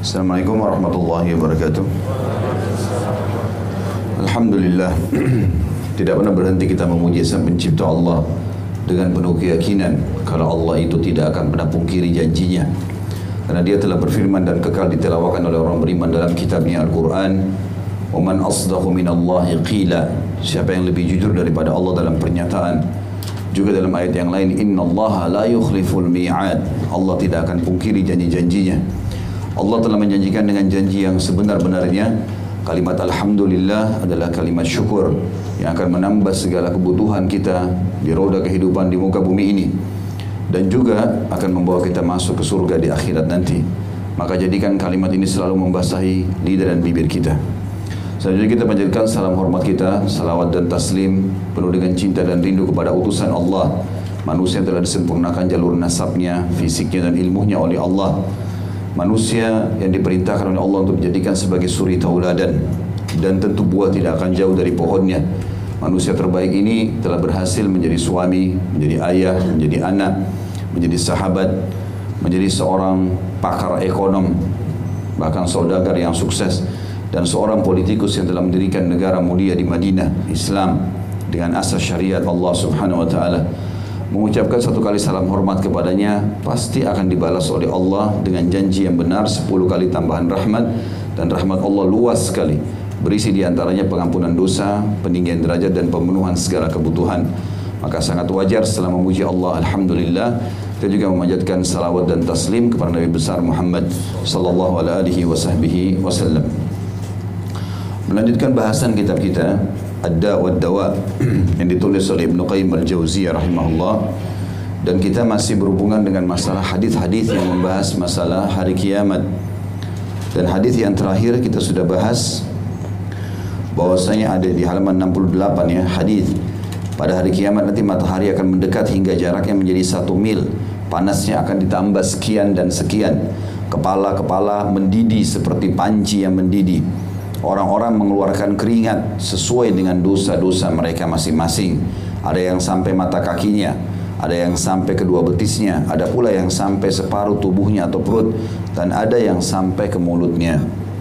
Assalamualaikum warahmatullahi wabarakatuh. Alhamdulillah, tidak pernah berhenti kita memuji Sang Pencipta Allah dengan penuh keyakinan kalau Allah itu tidak akan pernah pungkiri janjinya. Karena Dia telah berfirman dan kekal ditelawakan oleh orang beriman dalam kitabnya Al-Quran. Wa man asdaqu minallahi qila. Siapa yang lebih jujur daripada Allah dalam pernyataan. Juga dalam ayat yang lain, innallaha la yukhliful mi'ad. Allah tidak akan pungkiri janji-janjinya. Allah telah menjanjikan dengan janji yang sebenar-benarnya. Kalimat Alhamdulillah adalah kalimat syukur yang akan menambah segala kebutuhan kita di roda kehidupan di muka bumi ini, dan juga akan membawa kita masuk ke surga di akhirat nanti. Maka jadikan kalimat ini selalu membasahi lidah dan bibir kita. Selanjutnya kita panjatkan salam hormat kita, salawat dan taslim penuh dengan cinta dan rindu kepada utusan Allah, manusia yang telah disempurnakan jalur nasabnya, fisiknya dan ilmunya oleh Allah. Manusia yang diperintahkan oleh Allah untuk dijadikan sebagai suri tauladan, dan tentu buah tidak akan jauh dari pohonnya. Manusia terbaik ini telah berhasil menjadi suami, menjadi ayah, menjadi anak, menjadi sahabat, menjadi seorang pakar ekonom, bahkan saudagar yang sukses, dan seorang politikus yang telah mendirikan negara mulia di Madinah, Islam, dengan asas syariat Allah Subhanahu wa Ta'ala. Mengucapkan satu kali salam hormat kepadanya pasti akan dibalas oleh Allah dengan janji yang benar 10 kali tambahan rahmat, dan rahmat Allah luas sekali, berisi diantaranya pengampunan dosa, peninggian derajat dan pemenuhan segala kebutuhan. Maka sangat wajar setelah memuji Allah Alhamdulillah, kita juga memanjatkan salawat dan taslim kepada Nabi besar Muhammad sallallahu alaihi wasallam. Melanjutkan bahasan kitab kita Ad-Da' wad-Dawa yang ditulis oleh Ibnu Qayyim al-Jauziyah rahimahullah, dan kita masih berhubungan dengan masalah hadis-hadis yang membahas masalah hari kiamat. Dan hadis yang terakhir kita sudah bahas bahwasanya ada di halaman 68 ya, hadis pada hari kiamat nanti matahari akan mendekat hingga jaraknya menjadi 1 mil, panasnya akan ditambah sekian dan sekian, kepala-kepala mendidih seperti panci yang mendidih. Orang-orang mengeluarkan keringat sesuai dengan dosa-dosa mereka masing-masing. Ada yang sampai mata kakinya, ada yang sampai kedua betisnya, ada pula yang sampai separuh tubuhnya atau perut, dan ada yang sampai ke mulutnya.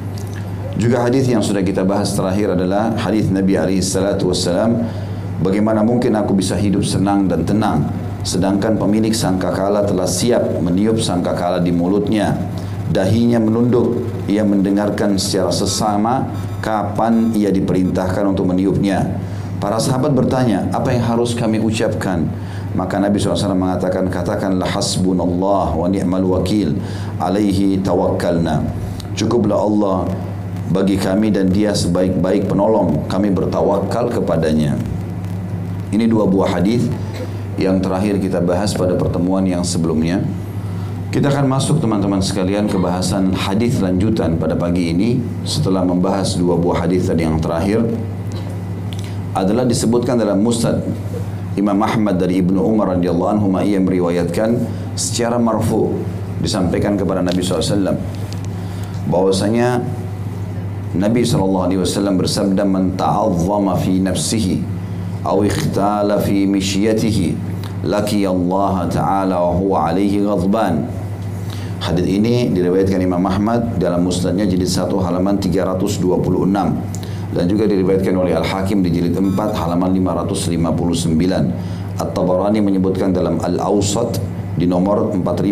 Juga hadis yang sudah kita bahas terakhir adalah hadis Nabi SAW, bagaimana mungkin aku bisa hidup senang dan tenang sedangkan pemilik sangkakala telah siap meniup sangkakala di mulutnya. Dahinya menunduk, ia mendengarkan secara sesama kapan ia diperintahkan untuk meniupnya. Para sahabat bertanya, apa yang harus kami ucapkan? Maka Nabi SAW mengatakan, katakanlah hasbunallah wa ni'mal wakil, alaihi tawakkalna. Cukuplah Allah bagi kami dan Dia sebaik-baik penolong, kami bertawakal kepadanya. Ini 2 buah hadis yang terakhir kita bahas pada pertemuan yang sebelumnya. Kita akan masuk teman-teman sekalian ke bahasan hadis lanjutan pada pagi ini. Setelah membahas 2 buah hadis tadi yang terakhir, adalah disebutkan dalam Musnad Imam Ahmad dari Ibnu Umar radhiyallahu anhu, ia meriwayatkan secara marfu disampaikan kepada Nabi SAW bahwasanya Nabi SAW bersabda, man ta'azzama fi nafsihi aw ikhtala fi mishyatihi laki Allah Ta'ala wa huwa alaihi ghadban. Hadis ini diriwayatkan Imam Ahmad dalam musnadnya jilid 1 halaman 326, dan juga diriwayatkan oleh Al-Hakim di jilid 4 halaman 559. At-Tabarani menyebutkan dalam Al-Awsat di nomor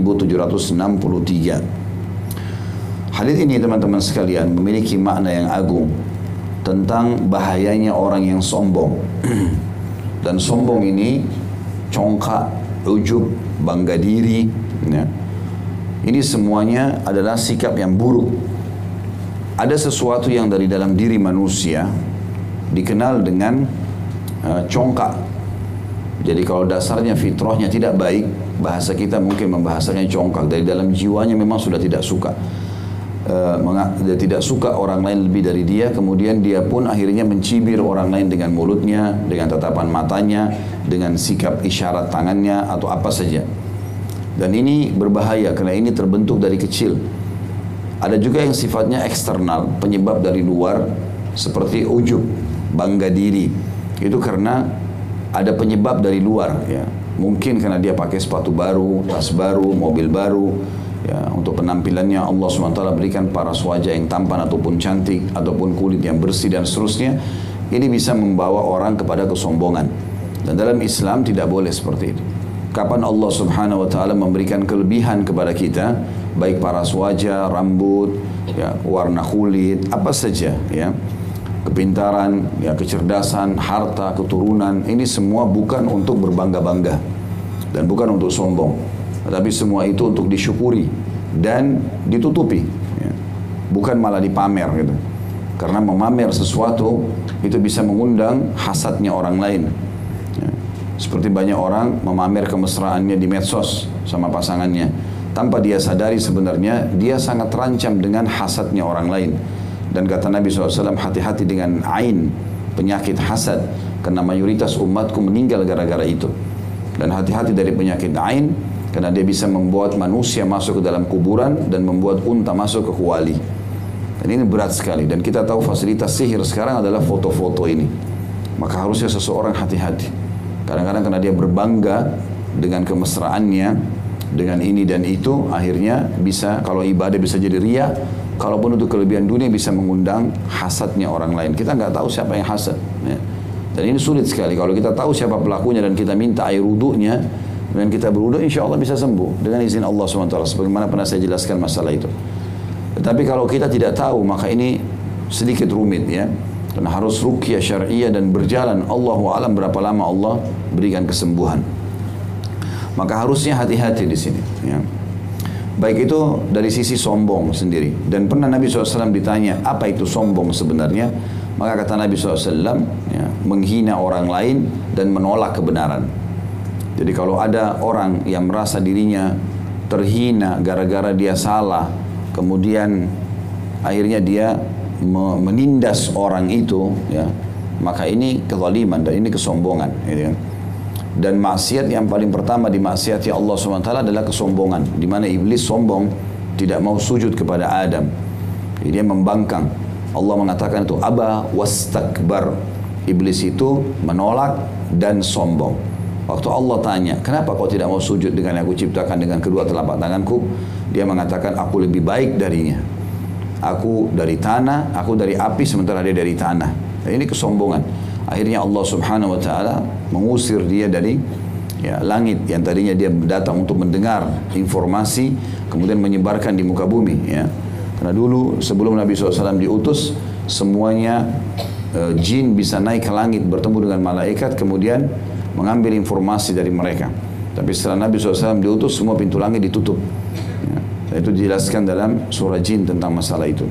4763. Hadis ini teman-teman sekalian memiliki makna yang agung tentang bahayanya orang yang sombong. Dan sombong ini congkak, ujub, bangga diri ya. Ini semuanya adalah sikap yang buruk. Ada sesuatu yang dari dalam diri manusia dikenal dengan congkak. Jadi kalau dasarnya fitrahnya tidak baik, bahasa kita mungkin membahasanya congkak. Dari dalam jiwanya memang sudah tidak suka. Dia tidak suka orang lain lebih dari dia, kemudian dia pun akhirnya mencibir orang lain dengan mulutnya, dengan tatapan matanya, dengan sikap isyarat tangannya atau apa saja. Dan ini berbahaya karena ini terbentuk dari kecil. Ada juga yang sifatnya eksternal, penyebab dari luar, seperti ujub, bangga diri. Itu karena ada penyebab dari luar ya. Mungkin karena dia pakai sepatu baru, tas baru, mobil baru, Ya, untuk penampilannya Allah SWT berikan paras wajah yang tampan ataupun cantik ataupun kulit yang bersih dan seterusnya. Ini bisa membawa orang kepada kesombongan. Dan dalam Islam tidak boleh seperti itu. Kapan Allah Subhanahu wa taala memberikan kelebihan kepada kita, baik paras wajah, rambut, ya, warna kulit, apa saja, ya, kepintaran, ya, kecerdasan, harta, keturunan, ini semua bukan untuk berbangga-bangga dan bukan untuk sombong, tetapi semua itu untuk disyukuri dan ditutupi, ya. Bukan malah dipamer gitu. Karena memamer sesuatu itu bisa mengundang hasadnya orang lain. Ya. Seperti banyak orang memamer kemesraannya di medsos sama pasangannya, tanpa dia sadari sebenarnya dia sangat terancam dengan hasadnya orang lain. Dan kata Nabi SAW, hati-hati dengan ain, penyakit hasad, karena mayoritas umatku meninggal gara-gara itu. Dan hati-hati dari penyakit ain, karena dia bisa membuat manusia masuk ke dalam kuburan dan membuat unta masuk ke kuali. Dan ini berat sekali. Dan kita tahu fasilitas sihir sekarang adalah foto-foto ini. Maka harusnya seseorang hati-hati. Kadang-kadang karena dia berbangga dengan kemesraannya, dengan ini dan itu, akhirnya bisa, kalau ibadah bisa jadi riya, kalaupun untuk kelebihan dunia bisa mengundang hasadnya orang lain. Kita nggak tahu siapa yang hasad. Ya. Dan ini sulit sekali. Kalau kita tahu siapa pelakunya dan kita minta air wudhunya, dan kita berwudhu, insya Allah bisa sembuh dengan izin Allah SWT. Sebagaimana pernah saya jelaskan masalah itu. Tetapi kalau kita tidak tahu, maka ini sedikit rumit, ya. Karena harus ruqyah syar'iyah dan berjalan. Allahu a'lam berapa lama Allah berikan kesembuhan. Maka harusnya hati-hati di sini, ya. Baik itu dari sisi sombong sendiri. Dan pernah Nabi SAW ditanya, apa itu sombong sebenarnya? Maka kata Nabi SAW, ya, menghina orang lain dan menolak kebenaran. Jadi kalau ada orang yang merasa dirinya terhina gara-gara dia salah, kemudian akhirnya dia menindas orang itu, ya, maka ini kezaliman dan ini kesombongan, gitu kan. Dan maksiat yang paling pertama dimaksiati Allah SWT adalah kesombongan, di mana iblis sombong, tidak mau sujud kepada Adam. Jadi dia membangkang. Allah mengatakan itu aba wastakbar. Iblis itu menolak dan sombong. Waktu Allah tanya, kenapa kau tidak mau sujud dengan yang aku ciptakan dengan kedua telapak tanganku? Dia mengatakan, aku lebih baik darinya. Aku dari tanah, aku dari api, sementara dia dari tanah. Dan ini kesombongan. Akhirnya Allah Subhanahu wa taala mengusir dia dari, ya, langit yang tadinya dia datang untuk mendengar informasi, kemudian menyebarkan di muka bumi, ya. Karena dulu sebelum Nabi SAW diutus, semuanya jin bisa naik ke langit bertemu dengan malaikat, kemudian mengambil informasi dari mereka. Tapi setelah Nabi SAW diutus, semua pintu langit ditutup, ya. Dan itu dijelaskan dalam surah jin tentang masalah itu.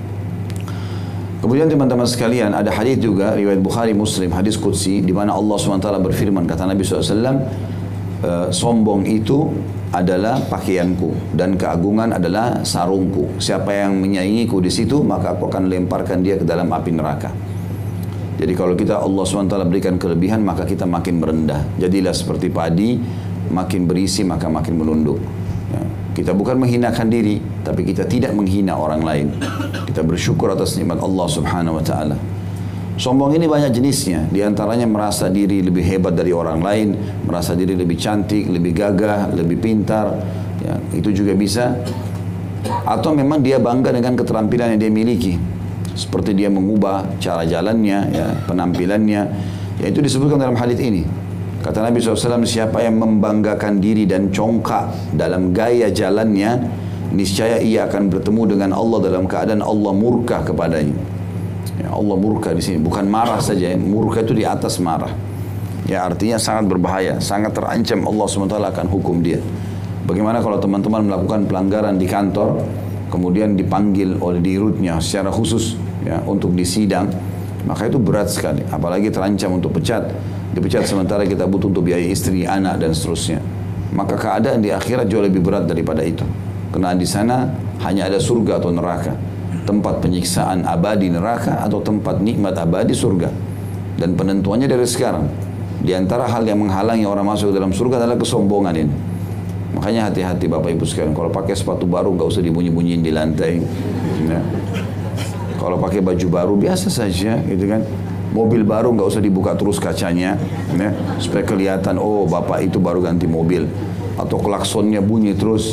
Kemudian teman-teman sekalian, ada hadis juga riwayat Bukhari Muslim, hadis qudsi, di mana Allah SWT berfirman, kata Nabi SAW, sombong itu adalah pakaianku dan keagungan adalah sarungku. Siapa yang menyaingiku di situ, maka aku akan lemparkan dia ke dalam api neraka. Jadi kalau kita Allah SWT berikan kelebihan, maka kita makin merendah. Jadilah seperti padi, makin berisi maka makin menunduk. Ya. Kita bukan menghinakan diri, tapi kita tidak menghina orang lain. Kita bersyukur atas nikmat Allah Subhanahu wa taala. Sombong ini banyak jenisnya. Di antaranya merasa diri lebih hebat dari orang lain, merasa diri lebih cantik, lebih gagah, lebih pintar. Ya, itu juga bisa. Atau memang dia bangga dengan keterampilan yang dia miliki. Seperti dia mengubah cara jalannya, ya, penampilannya. Ya, itu disebutkan dalam hadis ini. Kata Nabi SAW, siapa yang membanggakan diri dan congkak dalam gaya jalannya, niscaya ia akan bertemu dengan Allah dalam keadaan Allah murka kepadanya. Ya, Allah murka di sini, bukan marah saja. Murka itu di atas marah. Ya, artinya sangat berbahaya, sangat terancam Allah SWT akan hukum dia. Bagaimana kalau teman-teman melakukan pelanggaran di kantor, kemudian dipanggil oleh dirutnya secara khusus, ya, untuk disidang, maka itu berat sekali. Apalagi terancam untuk dipecat sementara kita butuh untuk biaya istri, anak dan seterusnya. Maka keadaan di akhirat jauh lebih berat daripada itu. Karena di sana hanya ada surga atau neraka, tempat penyiksaan abadi neraka atau tempat nikmat abadi surga. Dan penentuannya dari sekarang. Di antara hal yang menghalangi orang masuk ke dalam surga adalah kesombongan ini. Makanya hati-hati Bapak Ibu sekalian, kalau pakai sepatu baru nggak usah dibunyi-bunyiin di lantai. Ya. Kalau pakai baju baru biasa saja, gitu kan. Mobil baru nggak usah dibuka terus kacanya, ya, supaya kelihatan, oh bapak itu baru ganti mobil. Atau klaksonnya bunyi terus,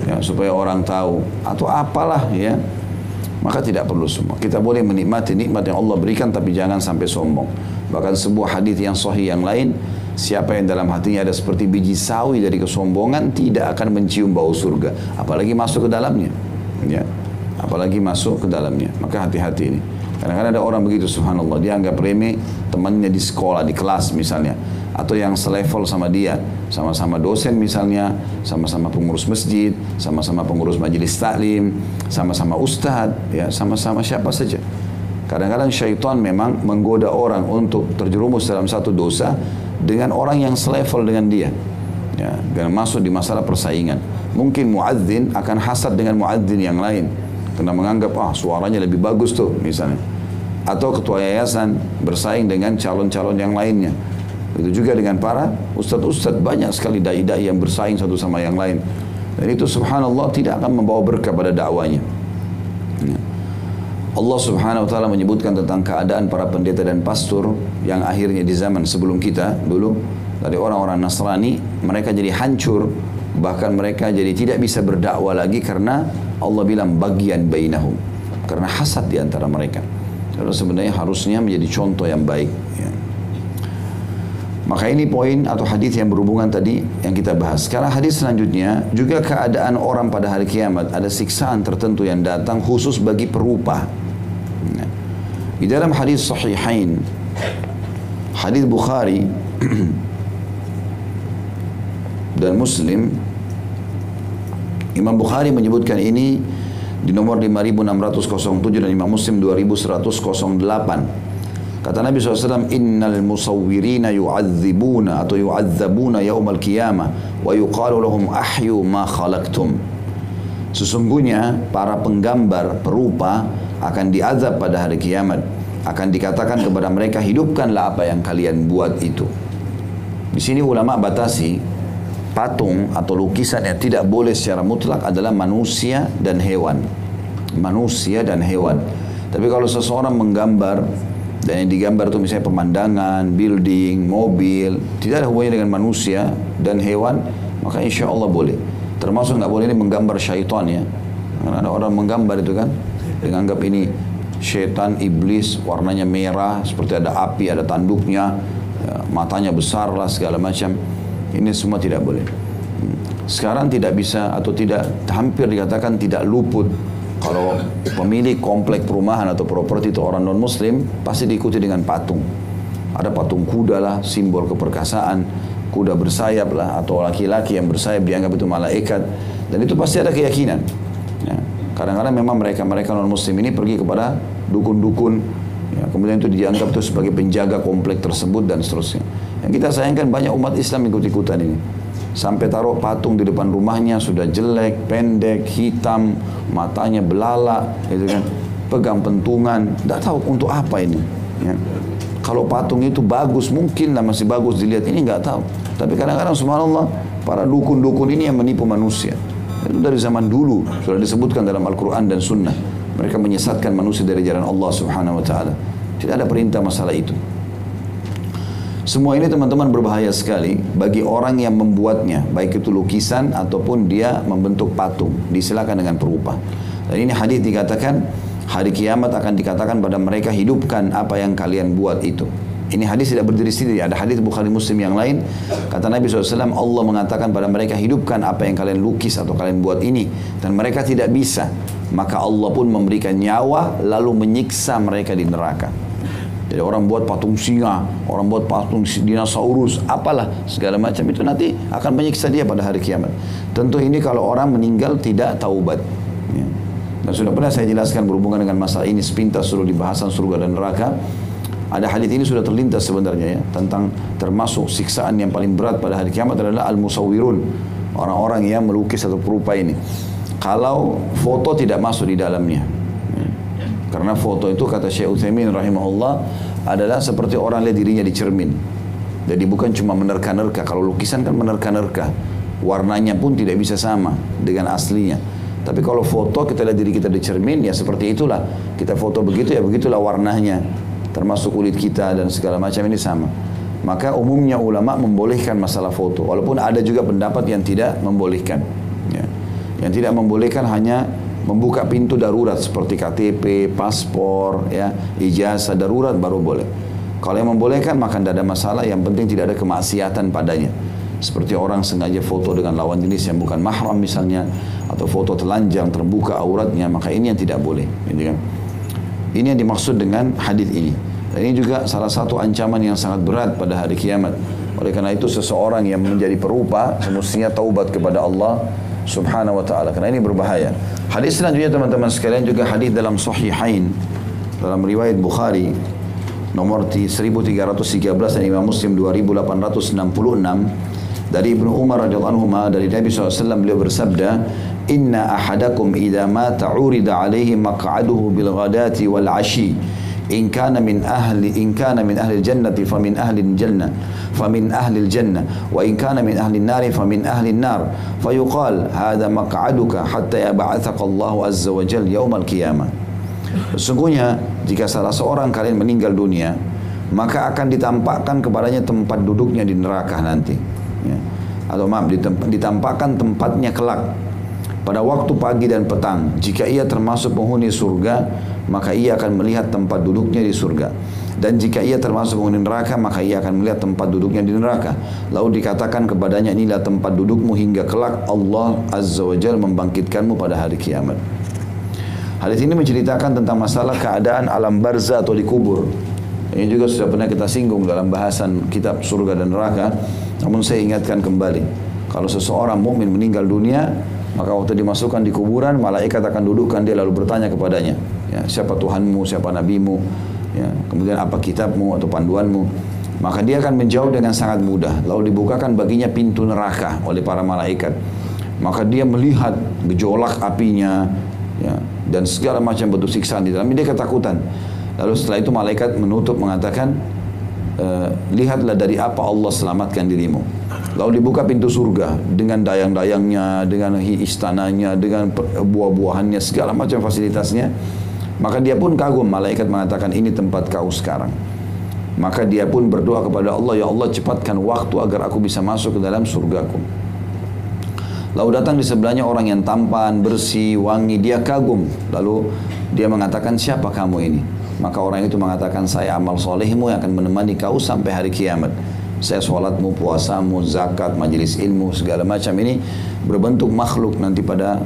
ya, supaya orang tahu atau apalah ya, maka tidak perlu semua. Kita boleh menikmati nikmat yang Allah berikan tapi jangan sampai sombong. Bahkan sebuah hadis yang sahih yang lain, siapa yang dalam hatinya ada seperti biji sawi dari kesombongan tidak akan mencium bau surga, apalagi masuk ke dalamnya. Ya, apalagi masuk ke dalamnya. Maka hati-hati ini. Kadang-kadang ada orang begitu, subhanallah, dia anggap remeh temannya di sekolah, di kelas misalnya, atau yang selevel sama dia, sama-sama dosen misalnya, sama-sama pengurus masjid, sama-sama pengurus majelis taklim, sama-sama ustadz, ya, sama-sama siapa saja. Kadang-kadang syaitan memang menggoda orang untuk terjerumus dalam satu dosa dengan orang yang selevel dengan dia, ya, dan masuk di masalah persaingan. Mungkin muadzin akan hasad dengan muadzin yang lain karena menganggap suaranya lebih bagus tuh misalnya, atau ketua yayasan bersaing dengan calon-calon yang lainnya. Itu juga dengan para ustadz-ustadz, banyak sekali dai-dai yang bersaing satu sama yang lain, dan itu subhanallah tidak akan membawa berkah pada dakwanya. Ya. Allah subhanahu wa ta'ala menyebutkan tentang keadaan para pendeta dan pastor yang akhirnya di zaman sebelum kita dulu, dari orang-orang Nasrani, mereka jadi hancur, bahkan mereka jadi tidak bisa berdakwah lagi karena Allah bilang bagian bainahum, karena hasad di antara mereka. Karena sebenarnya harusnya menjadi contoh yang baik, ya. Maka ini poin atau hadis yang berhubungan tadi yang kita bahas. Sekarang hadis selanjutnya juga keadaan orang pada hari kiamat, ada siksaan tertentu yang datang khusus bagi perupa. Di dalam hadis sahihain, hadis Bukhari dan Muslim, Imam Bukhari menyebutkan ini di nomor 5607 dan Imam Muslim 2108. Kata Nabi SAW, innal musawwirina yu'adzibuna atau yu'adzabuna yaumal qiyamah wa yuqalu lahum ahyu ma khalaqtum. Sesungguhnya para penggambar perupa akan diazab pada hari kiamat. Akan dikatakan kepada mereka, hidupkanlah apa yang kalian buat itu. Di sini ulama batasi patung atau lukisan yang tidak boleh secara mutlak adalah manusia dan hewan. Manusia dan hewan. Tapi kalau seseorang menggambar dan yang digambar itu misalnya pemandangan, building, mobil, tidak ada hubungannya dengan manusia dan hewan, maka insya Allah boleh. Termasuk nggak boleh ini menggambar syaitan, ya. Karena ada orang menggambar itu kan, dianggap ini syaitan, iblis, warnanya merah, seperti ada api, ada tanduknya, ya, matanya besar lah, segala macam. Ini semua tidak boleh. Sekarang tidak bisa atau tidak, hampir dikatakan tidak luput. Kalau pemilik komplek perumahan atau properti itu orang non-muslim, pasti diikuti dengan patung. Ada patung kuda lah, simbol keperkasaan, kuda bersayap lah, atau laki-laki yang bersayap dianggap itu malaikat. Dan itu pasti ada keyakinan. Ya. Kadang-kadang memang mereka non-muslim ini pergi kepada dukun-dukun, ya, kemudian itu dianggap itu sebagai penjaga komplek tersebut dan seterusnya. Yang kita sayangkan banyak umat Islam ikut-ikutan ini. Sampai taruh patung di depan rumahnya sudah jelek, pendek, hitam, matanya belalak, gitu kan, pegang pentungan, tidak tahu untuk apa ini. Ya. Kalau patung itu bagus, mungkin lah masih bagus dilihat, ini nggak tahu. Tapi kadang-kadang subhanallah para dukun-dukun ini yang menipu manusia. Itu dari zaman dulu sudah disebutkan dalam Al-Quran dan Sunnah. Mereka menyesatkan manusia dari jalan Allah Subhanahu Wa Taala. Tidak ada perintah masalah itu. Semua ini teman-teman berbahaya sekali bagi orang yang membuatnya, baik itu lukisan ataupun dia membentuk patung, disilakan dengan perupa. Dan ini hadis dikatakan hari kiamat akan dikatakan pada mereka, hidupkan apa yang kalian buat itu. Ini hadis tidak berdiri sendiri, ada hadis Bukhari Muslim yang lain. Kata Nabi SAW, Allah mengatakan pada mereka, hidupkan apa yang kalian lukis atau kalian buat ini. Dan mereka tidak bisa. Maka Allah pun memberikan nyawa lalu menyiksa mereka di neraka. Jadi orang buat patung singa, orang buat patung dinosaurus, apalah segala macam itu nanti akan menyiksa dia pada hari kiamat. Tentu ini kalau orang meninggal tidak taubat. Ya. Dan sudah pernah saya jelaskan berhubungan dengan masalah ini sepintas seluruh di bahasan surga dan neraka. Ada hadis ini sudah terlintas sebenarnya, ya, tentang termasuk siksaan yang paling berat pada hari kiamat adalah al-musawwirun, orang-orang yang melukis atau perupa ini. Kalau foto tidak masuk di dalamnya. Karena foto itu kata Syekh Utsaimin rahimahullah adalah seperti orang lihat dirinya di cermin. Jadi bukan cuma menerka-nerka. Kalau lukisan kan menerka-nerka. Warnanya pun tidak bisa sama dengan aslinya. Tapi kalau foto kita lihat diri kita di cermin, ya seperti itulah. Kita foto begitu, ya begitulah warnanya. Termasuk kulit kita dan segala macam ini sama. Maka umumnya ulama membolehkan masalah foto. Walaupun ada juga pendapat yang tidak membolehkan. Ya. Yang tidak membolehkan hanya membuka pintu darurat seperti KTP, paspor, ya, ijazah darurat baru boleh. Kalau yang membolehkan maka tidak ada masalah, yang penting tidak ada kemaksiatan padanya. Seperti orang sengaja foto dengan lawan jenis yang bukan mahram misalnya, atau foto telanjang terbuka auratnya, maka ini yang tidak boleh, gitu kan. Ini yang dimaksud dengan hadis ini. Dan ini juga salah satu ancaman yang sangat berat pada hari kiamat. Oleh karena itu seseorang yang menjadi perupa semestinya taubat kepada Allah Subhanahu wa ta'ala, karena ini berbahaya. Hadis selanjutnya teman-teman sekalian juga hadis dalam Sahihain, dalam riwayat Bukhari nomor 1313 dan Imam Muslim 2866 dari Ibnu Umar radhiyallahu anhu dari Nabi SAW, beliau bersabda, "Inna ahadakum idza mata urida alaihi maq'aduhu bil ghadati wal 'ashi in kana min ahli al-jannati famin ahli al-jannah famin ahli al-jannah wa in kana min ahli an-nar famin ahli an-nar fayuqal hadha maq'aduka hatta yab'athaka Allah azza wa jalla yaum al-qiyamah." Sesungguhnya jika salah seorang kalian meninggal dunia, maka akan ditampakkan kepadanya tempat duduknya di neraka nanti, ya. Atau maaf, ditampakkan tempatnya kelak pada waktu pagi dan petang. Jika ia termasuk penghuni surga, maka ia akan melihat tempat duduknya di surga. Dan jika ia termasuk penghuni neraka, maka ia akan melihat tempat duduknya di neraka. Lalu dikatakan kepadanya, inilah tempat dudukmu hingga kelak Allah Azza wa Jalla membangkitkanmu pada hari kiamat. Hadis ini menceritakan tentang masalah keadaan alam barzah atau di kubur. Ini juga sudah pernah kita singgung dalam bahasan kitab surga dan neraka. Namun saya ingatkan kembali, kalau seseorang mukmin meninggal dunia, maka waktu dimasukkan di kuburan, malaikat akan dudukkan dia lalu bertanya kepadanya, ya, siapa Tuhanmu, siapa nabimu, ya, kemudian apa kitabmu atau panduanmu. Maka dia akan menjawab dengan sangat mudah. Lalu dibukakan baginya pintu neraka oleh para malaikat. Maka dia melihat gejolak apinya, ya, dan segala macam bentuk siksaan di dalam. Dia ketakutan. Lalu setelah itu malaikat menutup mengatakan, lihatlah dari apa Allah selamatkan dirimu. Lalu dibuka pintu surga dengan dayang-dayangnya, dengan istananya, dengan buah-buahannya, segala macam fasilitasnya. Maka dia pun kagum, malaikat mengatakan ini tempat kau sekarang. Maka dia pun berdoa kepada Allah, ya Allah cepatkan waktu agar aku bisa masuk ke dalam surgaku. Lalu datang di sebelahnya orang yang tampan, bersih, wangi, dia kagum. Lalu dia mengatakan, siapa kamu ini? Maka orang itu mengatakan, saya amal solehmu yang akan menemani kau sampai hari kiamat. Saya sholatmu, puasamu, zakat, majelis ilmu, segala macam ini berbentuk makhluk nanti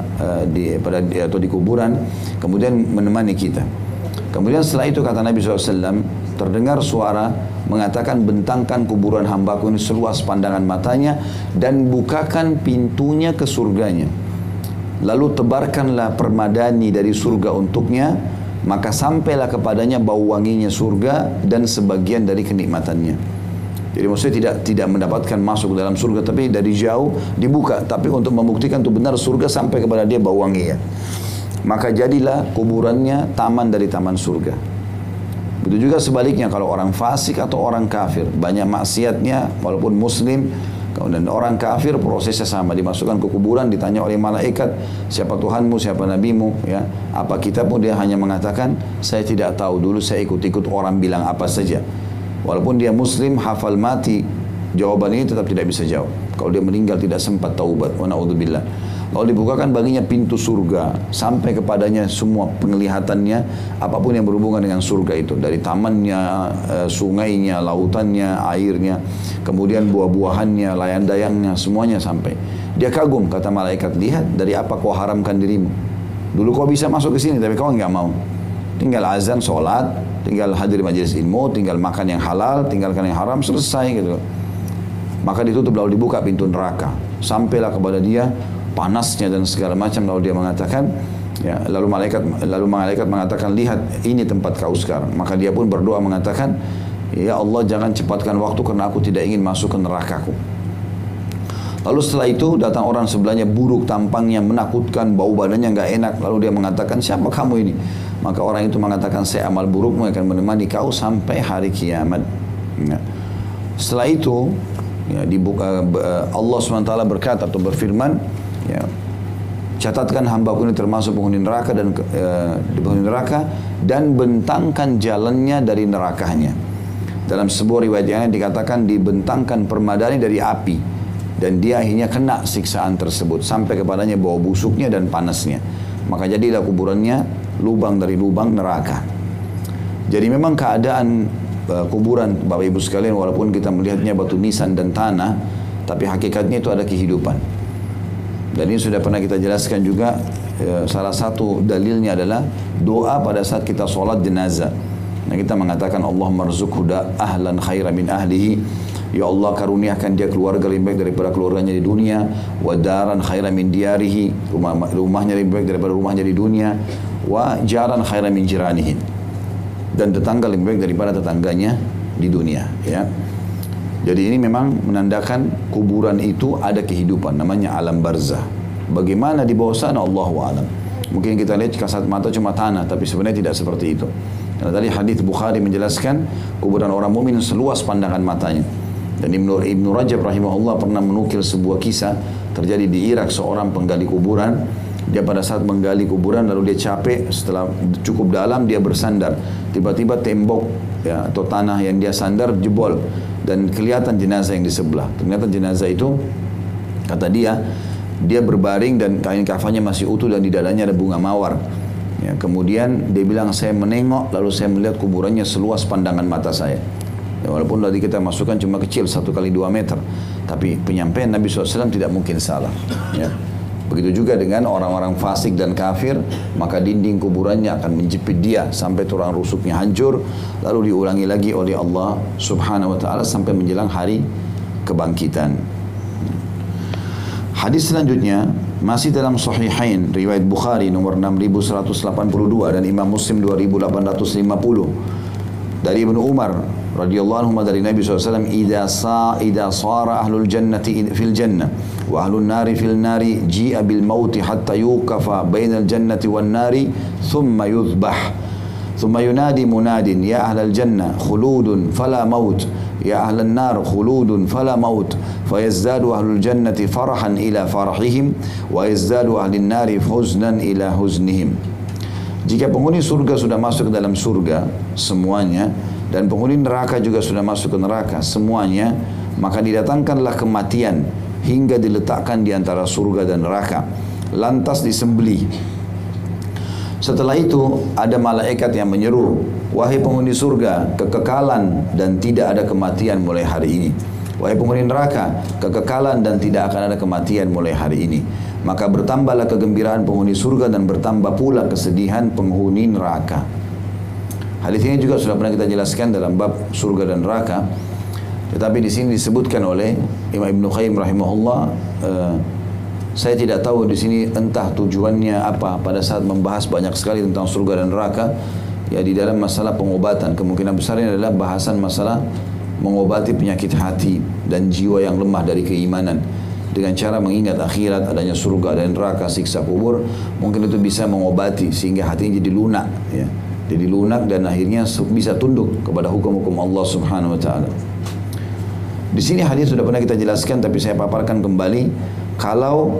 atau di kuburan, kemudian menemani kita. Kemudian setelah itu kata Nabi SAW, terdengar suara mengatakan, bentangkan kuburan hambaku ini seluas pandangan matanya dan bukakan pintunya ke surganya. Lalu tebarkanlah permadani dari surga untuknya, maka sampailah kepadanya bau wanginya surga dan sebagian dari kenikmatannya. Jadi maksudnya tidak mendapatkan masuk ke dalam surga, tapi dari jauh dibuka, tapi untuk membuktikan itu benar surga sampai kepada dia bau wangi, ya. Maka jadilah kuburannya taman dari taman surga. Begitu juga sebaliknya kalau orang fasik atau orang kafir, banyak maksiatnya walaupun muslim, dan orang kafir prosesnya sama, dimasukkan ke kuburan, ditanya oleh malaikat, siapa Tuhanmu, siapa nabimu, ya, apa kitabmu, dia hanya mengatakan, saya tidak tahu, dulu saya ikut-ikut orang bilang apa saja. Walaupun dia muslim, hafal mati, jawaban ini tetap tidak bisa jawab. Kalau dia meninggal tidak sempat taubat, wa na'udzubillah. Lalu dibukakan baginya pintu surga, sampai kepadanya semua penglihatannya, apapun yang berhubungan dengan surga itu, dari tamannya, sungainya, lautannya, airnya, kemudian buah-buahannya, layan-dayangnya, semuanya sampai. Dia kagum, kata malaikat, lihat dari apa kau haramkan dirimu. Dulu kau bisa masuk ke sini, tapi kau enggak mau. Tinggal azan, sholat, tinggal hadir majelis ilmu, tinggal makan yang halal, tinggalkan yang haram, selesai gitu. Maka ditutup lalu dibuka pintu neraka. Sampailah kepada dia panasnya dan segala macam, lalu dia mengatakan, ya, lalu malaikat mengatakan, lihat ini tempat kau sekarang. Maka dia pun berdoa mengatakan, ya Allah jangan cepatkan waktu karena aku tidak ingin masuk ke nerakaku. Lalu setelah itu datang orang sebelahnya buruk tampangnya, menakutkan, bau badannya nggak enak. Lalu dia mengatakan, siapa kamu ini? Maka orang itu mengatakan, saya amal burukmu akan menemani kau sampai hari kiamat. Ya. Setelah itu, ya, Allah SWT berkata atau berfirman, ya, catatkan hambaku ini termasuk penghuni neraka dan bentangkan jalannya dari nerakanya. Dalam sebuah riwayat yang dikatakan dibentangkan permadani dari api. Dan dia akhirnya kena siksaan tersebut sampai kepadanya bau busuknya dan panasnya. Maka jadilah kuburannya lubang dari lubang neraka. Jadi memang keadaan kuburan Bapak Ibu sekalian, walaupun kita melihatnya batu nisan dan tanah, tapi hakikatnya itu ada kehidupan. Dan ini sudah pernah kita jelaskan juga, salah satu dalilnya adalah doa pada saat kita sholat jenazah. Nah, kita mengatakan Allahumma rzuqhu ahlan khairan min ahlihi, ya Allah karuniakan dia keluarga lebih baik daripada keluarganya di dunia, wa daran khairan min diyarihi, rumahnya lebih baik daripada rumahnya di dunia, wa jaran khairan min jiranihi, dan tetangga lebih baik daripada tetangganya di dunia, ya. Jadi ini memang menandakan kuburan itu ada kehidupan, namanya alam barzah. Bagaimana di bawah sana Allahu a'lam. Mungkin kita lihat kasat mata cuma tanah, tapi sebenarnya tidak seperti itu. Karena tadi hadis Bukhari menjelaskan kuburan orang mukmin seluas pandangan matanya. Dan Ibnu Rajab rahimahullah pernah menukil sebuah kisah terjadi di Irak. Seorang penggali kuburan, dia pada saat menggali kuburan lalu dia capek, setelah cukup dalam dia bersandar. Tiba-tiba tembok ya, atau tanah yang dia sandar jebol dan kelihatan jenazah yang di sebelah. Ternyata jenazah itu, kata dia berbaring dan kain kafannya masih utuh dan di dadanya ada bunga mawar. Ya, kemudian dia bilang, saya menengok lalu saya melihat kuburannya seluas pandangan mata saya. Ya, walaupun tadi kita masukkan cuma kecil 1 kali 2 meter, tapi penyampaian Nabi SAW tidak mungkin salah. Ya. Begitu juga dengan orang-orang fasik dan kafir, maka dinding kuburannya akan menjepit dia sampai tulang rusuknya hancur, lalu diulangi lagi oleh Allah Subhanahu wa taala sampai menjelang hari kebangkitan. Hadis selanjutnya masih dalam Sahihain, riwayat Bukhari nomor 6182 dan Imam Muslim 2850 dari Ibnu Umar radhiyallahu anhu dari Nabi SAW, idza sara ahlul jannati fil jannah wa ahlun nari fil nari ji'a bil mauti hatta yuqafa bainal jannati wan nari thumma yuzbah thumma yunadi munadin ya ahlal jannah khuludun fala maut ya ahlan nar khuludun fala maut fayazdadu ahlul jannati farahan ila farahihim wa yazdadu ahlin nari huznan ila huznihim. Jika penghuni surga sudah masuk ke dalam surga semuanya, dan penghuni neraka juga sudah masuk ke neraka semuanya, maka didatangkanlah kematian hingga diletakkan di antara surga dan neraka, lantas disembelih. Setelah itu ada malaikat yang menyeru, wahai penghuni surga, kekekalan dan tidak ada kematian mulai hari ini. Wahai penghuni neraka, kekekalan dan tidak akan ada kematian mulai hari ini. Maka bertambahlah kegembiraan penghuni surga dan bertambah pula kesedihan penghuni neraka. Hadis ini juga sudah pernah kita jelaskan dalam bab surga dan neraka. Tetapi di sini disebutkan oleh Imam Ibnu Qayyim rahimahullah, saya tidak tahu di sini entah tujuannya apa pada saat membahas banyak sekali tentang surga dan neraka. Ya, di dalam masalah pengobatan, kemungkinan besarnya adalah bahasan masalah mengobati penyakit hati dan jiwa yang lemah dari keimanan dengan cara mengingat akhirat, adanya surga dan neraka, siksa kubur. Mungkin itu bisa mengobati sehingga hatinya jadi lunak, ya. Jadi lunak dan akhirnya bisa tunduk kepada hukum-hukum Allah Subhanahu wa taala. Di sini hadis sudah pernah kita jelaskan, tapi saya paparkan kembali. Kalau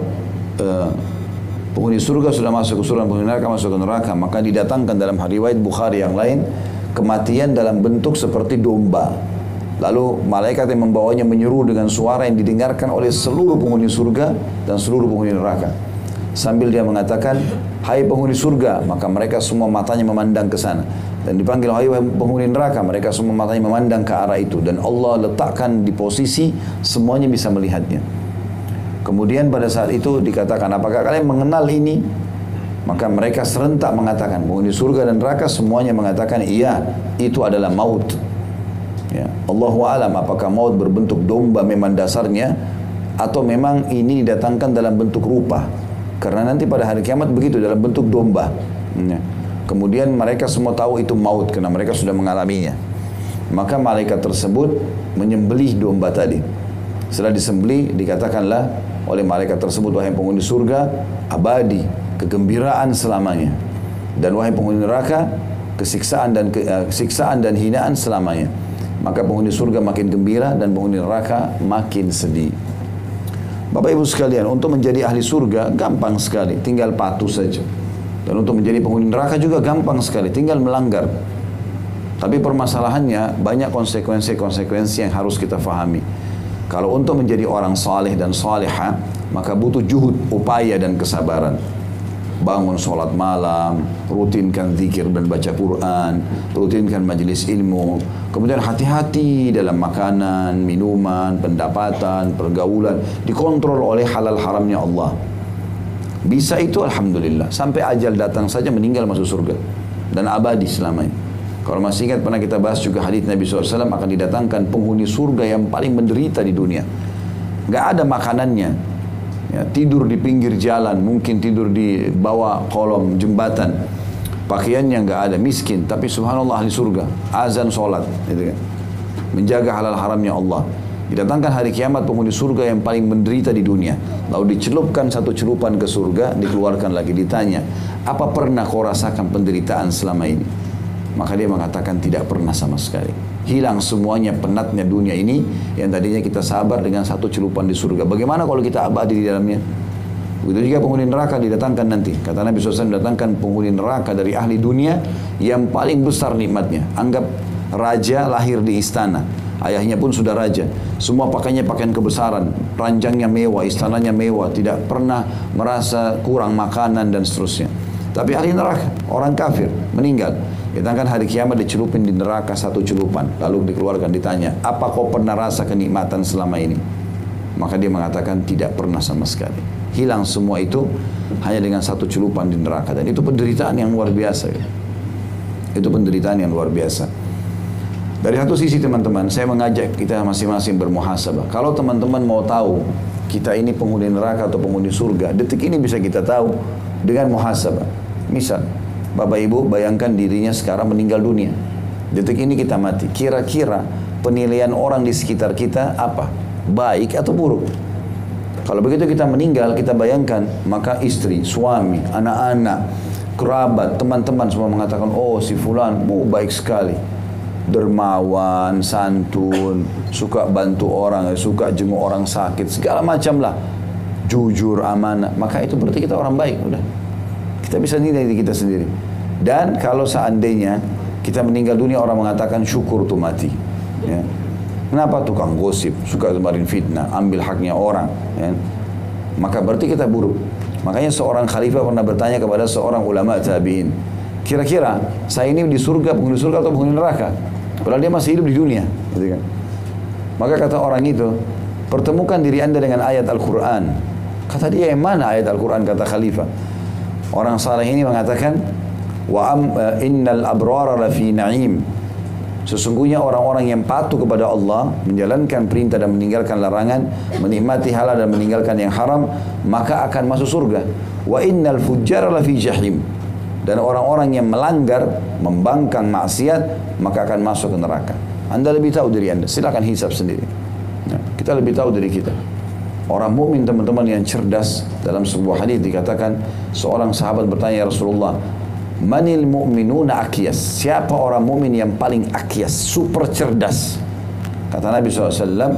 penghuni surga sudah masuk ke surga, penghuni neraka masuk ke neraka, maka didatangkan dalam riwayat Bukhari yang lain kematian dalam bentuk seperti domba. Lalu malaikat yang membawanya menyeru dengan suara yang didengarkan oleh seluruh penghuni surga dan seluruh penghuni neraka. Sambil dia mengatakan, hai penghuni surga, maka mereka semua matanya memandang ke sana. Dan dipanggil, hai penghuni neraka, mereka semua matanya memandang ke arah itu. Dan Allah letakkan di posisi semuanya bisa melihatnya. Kemudian pada saat itu dikatakan, apakah kalian mengenal ini? Maka mereka serentak mengatakan, penghuni surga dan neraka semuanya mengatakan, iya, itu adalah maut. Ya, Allahu a'lam apakah maut berbentuk domba memang dasarnya, atau memang ini didatangkan dalam bentuk rupa. Karena nanti pada hari kiamat begitu, dalam bentuk domba. Ya. Kemudian mereka semua tahu itu maut karena mereka sudah mengalaminya. Maka malaikat tersebut menyembelih domba tadi. Setelah disembelih, dikatakanlah oleh malaikat tersebut, wahai penghuni surga, abadi, kegembiraan selamanya. Dan wahai penghuni neraka, siksaan dan hinaan selamanya. Maka penghuni surga makin gembira dan penghuni neraka makin sedih. Bapak Ibu sekalian, untuk menjadi ahli surga gampang sekali, tinggal patuh saja. Dan untuk menjadi penghuni neraka juga gampang sekali, tinggal melanggar. Tapi permasalahannya banyak konsekuensi-konsekuensi yang harus kita fahami. Kalau untuk menjadi orang saleh dan saleha, maka butuh juhud, upaya dan kesabaran. Bangun sholat malam, rutinkan zikir dan baca Quran, rutinkan majelis ilmu. Kemudian hati-hati dalam makanan, minuman, pendapatan, pergaulan. Dikontrol oleh halal haramnya Allah. Bisa itu alhamdulillah. Sampai ajal datang saja meninggal masuk surga. Dan abadi selamanya. Kalau masih ingat pernah kita bahas juga hadits Nabi SAW, akan didatangkan penghuni surga yang paling menderita di dunia. Gak ada makanannya. Ya, tidur di pinggir jalan, mungkin tidur di bawah kolom jembatan. Pakaiannya gak ada, miskin. Tapi subhanallah ahli surga. Azan sholat. Gitu kan. Menjaga halal haramnya Allah. Didatangkan hari kiamat penghuni surga yang paling menderita di dunia. Lalu dicelupkan satu celupan ke surga, dikeluarkan lagi, ditanya, apa pernah kau rasakan penderitaan selama ini? Maka dia mengatakan tidak pernah sama sekali. Hilang semuanya penatnya dunia ini yang tadinya kita sabar dengan satu celupan di surga. Bagaimana kalau kita abadi di dalamnya? Begitu juga penghuni neraka didatangkan nanti. Kata Nabi SAW, datangkan penghuni neraka dari ahli dunia yang paling besar nikmatnya. Anggap raja lahir di istana. Ayahnya pun sudah raja. Semua pakainya pakaian kebesaran. Ranjangnya mewah, istananya mewah. Tidak pernah merasa kurang makanan dan seterusnya. Tapi ahli neraka, orang kafir, meninggal. Kita kan hari kiamat dicelupin di neraka satu celupan. Lalu dikeluarkan, ditanya, apa kau pernah rasa kenikmatan selama ini? Maka dia mengatakan tidak pernah sama sekali. Hilang semua itu hanya dengan satu celupan di neraka. Dan itu penderitaan yang luar biasa. Ya. Itu penderitaan yang luar biasa. Dari satu sisi teman-teman, saya mengajak kita masing-masing bermuhasabah. Kalau teman-teman mau tahu kita ini penghuni neraka atau penghuni surga, detik ini bisa kita tahu dengan muhasabah. Misal, Bapak Ibu bayangkan dirinya sekarang meninggal dunia. Detik ini kita mati. Kira-kira penilaian orang di sekitar kita apa? Baik atau buruk? Kalau begitu kita meninggal, kita bayangkan, maka istri, suami, anak-anak, kerabat, teman-teman semua mengatakan, oh si fulan, baik sekali. Dermawan, santun, suka bantu orang, suka jenguk orang sakit, segala macam lah. Jujur, amanah. Maka itu berarti kita orang baik, udah. Kita bisa nilai diri kita sendiri. Dan kalau seandainya kita meninggal dunia, orang mengatakan syukur tuh mati. Ya. Kenapa tukang gosip, suka sebarin fitnah, ambil haknya orang. Ya. Maka berarti kita buruk. Makanya seorang khalifah pernah bertanya kepada seorang ulama tabi'in. Kira-kira saya ini di surga, penghuni surga atau penghuni neraka? Padahal dia masih hidup di dunia. Gitu kan. Maka kata orang itu, pertemukan diri anda dengan ayat Al-Quran. Kata dia, yang mana ayat Al-Quran? Kata khalifah. Orang saleh ini mengatakan, innal abrara lafi na'im. Sesungguhnya orang-orang yang patuh kepada Allah, menjalankan perintah dan meninggalkan larangan, menikmati halal dan meninggalkan yang haram, maka akan masuk surga. Wa innal fujjara lafi jahim. Dan orang-orang yang melanggar, membangkang maksiat, maka akan masuk ke neraka. Anda lebih tahu dari anda, silakan hisab sendiri. Nah, kita lebih tahu dari kita. Orang mukmin teman-teman yang cerdas, dalam sebuah hadis dikatakan seorang sahabat bertanya, ya Rasulullah, manil mu'minuna akyas? Siapa orang mukmin yang paling akyas, super cerdas? Kata Nabi SAW,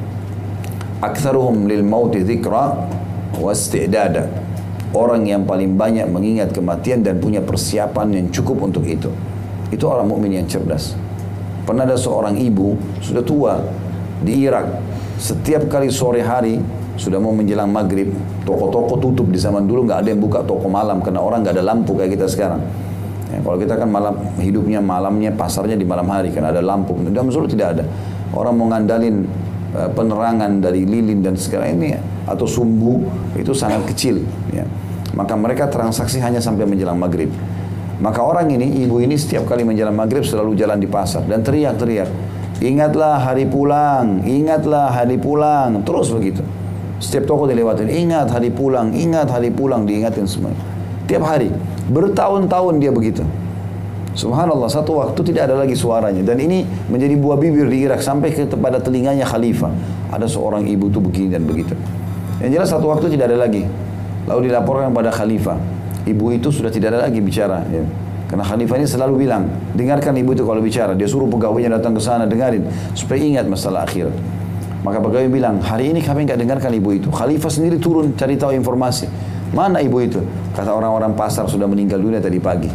aktsaruhum lil mauti dzikra wa isti'dada. Orang yang paling banyak mengingat kematian dan punya persiapan yang cukup untuk itu. Itu orang mukmin yang cerdas. Pernah ada seorang ibu sudah tua di Irak. Setiap kali sore hari sudah mau menjelang maghrib, toko-toko tutup. Di zaman dulu nggak ada yang buka toko malam karena orang nggak ada lampu kayak kita sekarang. Ya, kalau kita kan malam hidupnya malamnya, pasarnya di malam hari karena ada lampu. Dalam Solo tidak ada. Orang mau ngandalin penerangan dari lilin dan segala ini atau sumbu itu sangat kecil. Ya. Maka mereka transaksi hanya sampai menjelang maghrib. Maka orang ini, ibu ini setiap kali menjelang maghrib selalu jalan di pasar dan teriak-teriak, ingatlah hari pulang, ingatlah hari pulang, terus begitu. Setiap toko dilewatin, ingat hari pulang, diingatin semua. Tiap hari, bertahun-tahun dia begitu. Subhanallah, satu waktu tidak ada lagi suaranya. Dan ini menjadi buah bibir di Irak sampai kepada telinganya khalifah. Ada seorang ibu tuh begini dan begitu. Yang jelas satu waktu tidak ada lagi. Lalu dilaporkan pada khalifah. Ibu itu sudah tidak ada lagi bicara. Ya. Karena khalifah ini selalu bilang, dengarkan ibu itu kalau bicara. Dia suruh pegawainya datang ke sana, dengarin. Supaya ingat masalah akhirat. Maka pegawai bilang, hari ini kami nggak dengarkan ibu itu. Khalifah sendiri turun cari tahu informasi. Mana ibu itu? Kata orang-orang pasar sudah meninggal dunia tadi pagi.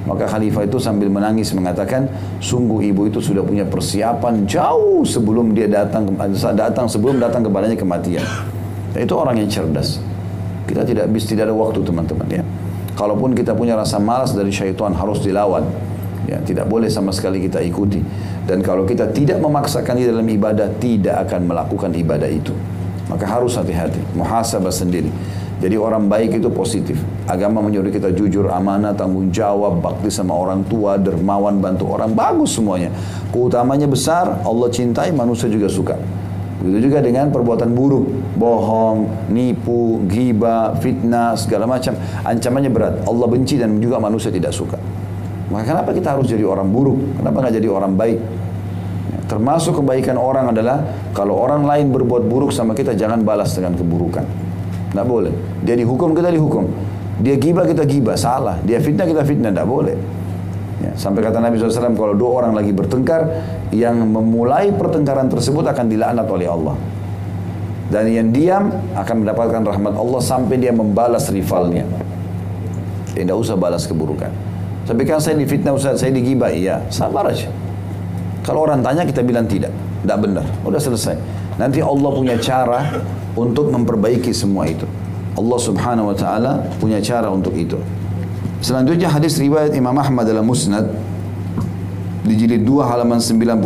Maka khalifah itu sambil menangis mengatakan, sungguh ibu itu sudah punya persiapan jauh sebelum dia datang kepadanya kematian. Dan itu orang yang cerdas. Kita tidak ada waktu teman-teman ya. Kalaupun kita punya rasa malas dari syaitan harus dilawan. Ya, tidak boleh sama sekali kita ikuti. Dan kalau kita tidak memaksakan diri dalam ibadah, tidak akan melakukan ibadah itu. Maka harus hati-hati, muhasabah sendiri. Jadi orang baik itu positif. Agama menyuruh kita jujur, amanah, tanggung jawab, bakti sama orang tua, dermawan, bantu orang, bagus semuanya. Keutamanya besar, Allah cintai, manusia juga suka. Begitu juga dengan perbuatan buruk, bohong, nipu, ghibah, fitnah, segala macam. Ancamannya berat. Allah benci dan juga manusia tidak suka. Maka kenapa kita harus jadi orang buruk? Kenapa nggak jadi orang baik? Termasuk kebaikan orang adalah kalau orang lain berbuat buruk sama kita, jangan balas dengan keburukan. Tidak boleh. Dia dihukum, kita dihukum. Dia gibah, kita gibah. Salah. Dia fitnah, kita fitnah. Tidak boleh. Ya, sampai kata Nabi SAW, kalau dua orang lagi bertengkar, yang memulai pertengkaran tersebut akan dilaknat oleh Allah. Dan yang diam akan mendapatkan rahmat Allah sampai dia membalas rivalnya. Tidak usah balas keburukan. Tapi kan saya difitnah Ustaz, saya digibah. Iya, sabar aja. Kalau orang tanya, kita bilang tidak. Tidak benar. Udah selesai. Nanti Allah punya cara untuk memperbaiki semua itu. Allah subhanahu wa ta'ala punya cara untuk itu. Selanjutnya hadis riwayat Imam Ahmad dalam Musnad di jilid 2 halaman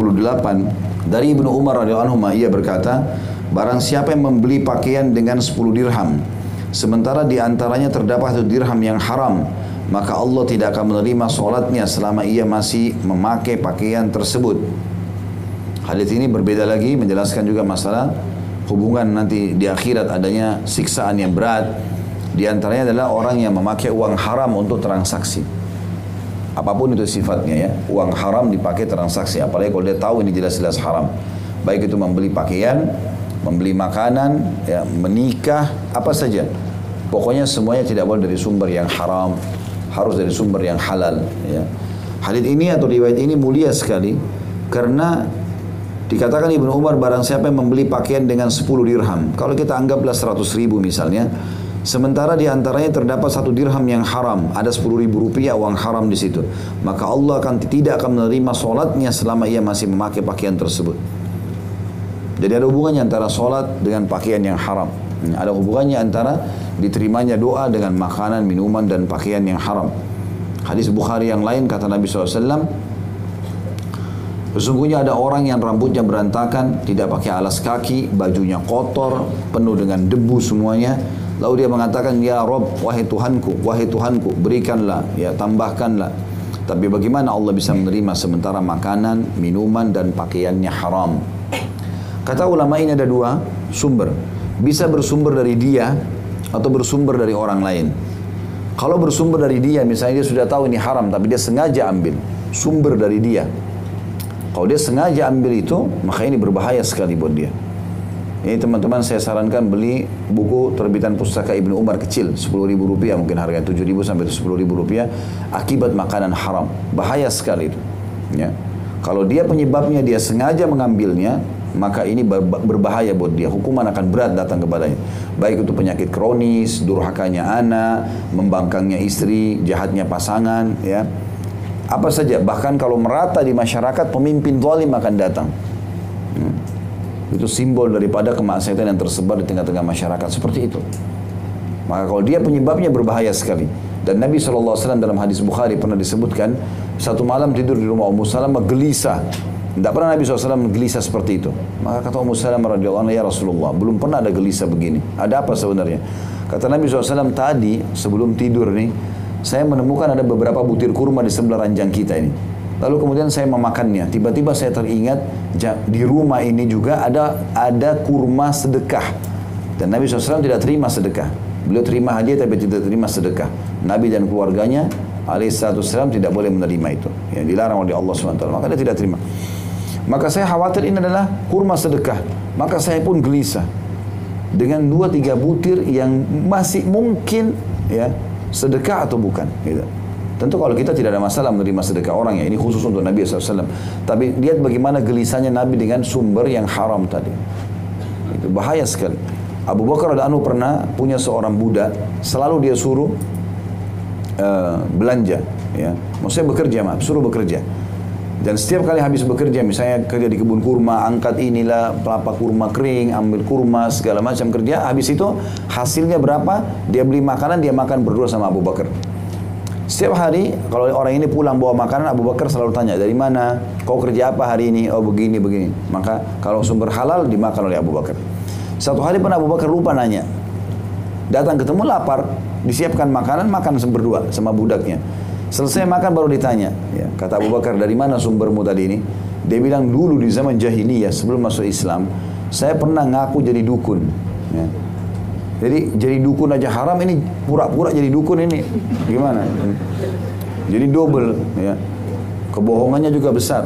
98 dari Ibnu Umar radhiyallahu anhu, ia berkata, barang siapa yang membeli pakaian dengan 10 dirham sementara di antaranya terdapat 1 dirham yang haram, maka Allah tidak akan menerima salatnya selama ia masih memakai pakaian tersebut. Hadis ini berbeda lagi, menjelaskan juga masalah hubungan nanti di akhirat adanya siksaan yang berat. Di antaranya adalah orang yang memakai uang haram untuk transaksi. Apapun itu sifatnya ya, uang haram dipakai transaksi, apalagi kalau dia tahu ini jelas-jelas haram. Baik itu membeli pakaian, membeli makanan, ya, menikah, apa saja. Pokoknya semuanya tidak boleh dari sumber yang haram, harus dari sumber yang halal. Ya. Hadis ini atau riwayat ini mulia sekali karena dikatakan Ibnu Umar, barang siapa yang membeli pakaian dengan 10 dirham. Kalau kita anggaplah 100 ribu misalnya, sementara di antaranya terdapat 1 dirham yang haram, ada 10 ribu rupiah uang haram di situ, maka Allah tidak akan menerima solatnya selama ia masih memakai pakaian tersebut. Jadi ada hubungannya antara solat dengan pakaian yang haram. Ada hubungannya antara diterimanya doa dengan makanan, minuman dan pakaian yang haram. Hadis Bukhari yang lain kata Nabi SAW, sesungguhnya ada orang yang rambutnya berantakan, tidak pakai alas kaki, bajunya kotor, penuh dengan debu semuanya. Lalu dia mengatakan, ya Rabb, wahai Tuhanku, berikanlah, ya tambahkanlah. Tapi bagaimana Allah bisa menerima sementara makanan, minuman dan pakaiannya haram? Kata ulama ini ada 2 sumber. Bisa bersumber dari dia atau bersumber dari orang lain. Kalau bersumber dari dia, misalnya dia sudah tahu ini haram, tapi dia sengaja ambil, sumber dari dia. Kalau dia sengaja ambil itu, maka ini berbahaya sekali buat dia. Ini teman-teman saya sarankan beli buku terbitan pustaka Ibnu Umar kecil, 10 ribu rupiah, mungkin harganya 7 ribu sampai 10 ribu rupiah, akibat makanan haram. Bahaya sekali itu. Ya. Kalau dia penyebabnya, dia sengaja mengambilnya, maka ini berbahaya buat dia. Hukuman akan berat datang kepadanya. Baik itu penyakit kronis, durhakanya anak, membangkangnya istri, jahatnya pasangan, ya. Apa saja, bahkan kalau merata di masyarakat, pemimpin zalim akan datang. Itu simbol daripada kemaksiatan yang tersebar di tengah-tengah masyarakat, seperti itu. Maka kalau dia penyebabnya berbahaya sekali. Dan Nabi SAW dalam hadis Bukhari pernah disebutkan, satu malam tidur di rumah Ummu Salamah gelisah. Tidak pernah Nabi SAW gelisah seperti itu. Maka kata Ummu Salamah radhiyallahu anha, ya Rasulullah, belum pernah ada gelisah begini. Ada apa sebenarnya? Kata Nabi SAW, tadi sebelum tidur nih, saya menemukan ada beberapa butir kurma di sebelah ranjang kita ini. Lalu kemudian saya memakannya. Tiba-tiba saya teringat di rumah ini juga ada kurma sedekah. Dan Nabi SAW tidak terima sedekah. Beliau terima hadiah tapi tidak terima sedekah. Nabi dan keluarganya alaihissalam tidak boleh menerima itu. Ya, dilarang oleh Allah SWT. Maka dia tidak terima. Maka saya khawatir ini adalah kurma sedekah. Maka saya pun gelisah. Dengan 2-3 butir yang masih mungkin ya sedekah atau bukan gitu. Tentu kalau kita tidak ada masalah menerima sedekah orang ya, ini khusus untuk Nabi SAW. Tapi lihat bagaimana gelisahnya Nabi dengan sumber yang haram tadi. Itu bahaya sekali. Abu Bakar radhiyallahu anhu pernah punya seorang budak, selalu dia suruh belanja, ya. Maksudnya bekerja, suruh bekerja. Dan setiap kali habis bekerja, misalnya kerja di kebun kurma, angkat inilah pelapa kurma kering, ambil kurma, segala macam kerja. Habis itu hasilnya berapa? Dia beli makanan, dia makan berdua sama Abu Bakar. Setiap hari kalau orang ini pulang bawa makanan, Abu Bakar selalu tanya, dari mana? Kau kerja apa hari ini? Oh begini, begini. Maka kalau sumber halal dimakan oleh Abu Bakar. Satu hari pun Abu Bakar lupa nanya. Datang ketemu lapar, disiapkan makanan, makan berdua sama budaknya. Selesai makan baru ditanya, ya, kata Abu Bakar, dari mana sumbermu tadi ini? Dia bilang, dulu di zaman jahiliyah sebelum masuk Islam, saya pernah ngaku jadi dukun. Ya. Jadi dukun aja haram, ini pura-pura jadi dukun ini, gimana? Jadi double, ya. Kebohongannya juga besar.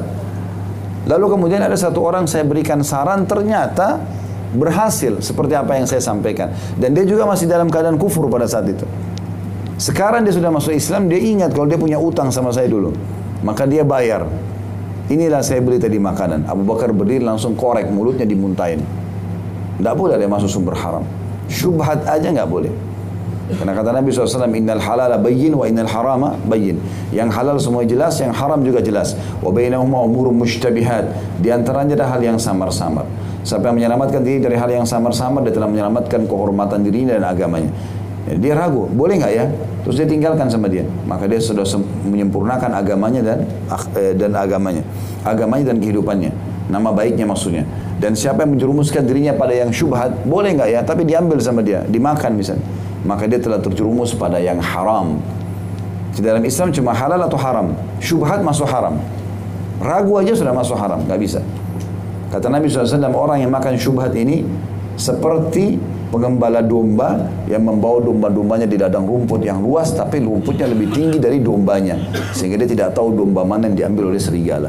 Lalu kemudian ada satu orang saya berikan saran, ternyata berhasil seperti apa yang saya sampaikan. Dan dia juga masih dalam keadaan kufur pada saat itu. Sekarang dia sudah masuk Islam, dia ingat kalau dia punya utang sama saya dulu. Maka dia bayar. Inilah saya beli tadi makanan. Abu Bakar berdiri langsung korek, mulutnya dimuntahin. Tidak boleh dia masuk sumber haram. Syubhat aja nggak boleh. Karena kata Nabi SAW, innal halala bayyin wa innal harama bayyin. Yang halal semua jelas, yang haram juga jelas. Wa bainahuma umurun mushtabihat. Di antaranya ada hal yang samar-samar. Siapa yang menyelamatkan diri dari hal yang samar-samar, dia telah menyelamatkan kehormatan dirinya dan agamanya. Dia ragu, boleh nggak ya? Terus dia tinggalkan sama dia. Maka dia sudah menyempurnakan agamanya dan agamanya dan kehidupannya. Nama baiknya maksudnya. Dan siapa yang menjerumuskan dirinya pada yang syubhat, boleh nggak ya? Tapi diambil sama dia, dimakan misalnya. Maka dia telah terjerumus pada yang haram. Di dalam Islam cuma halal atau haram. Syubhat masuk haram. Ragu aja sudah masuk haram, nggak bisa. Kata Nabi SAW, orang yang makan syubhat ini seperti pengembala domba yang membawa domba-dombanya di ladang rumput yang luas, tapi rumputnya lebih tinggi dari dombanya, sehingga dia tidak tahu domba mana yang diambil oleh serigala.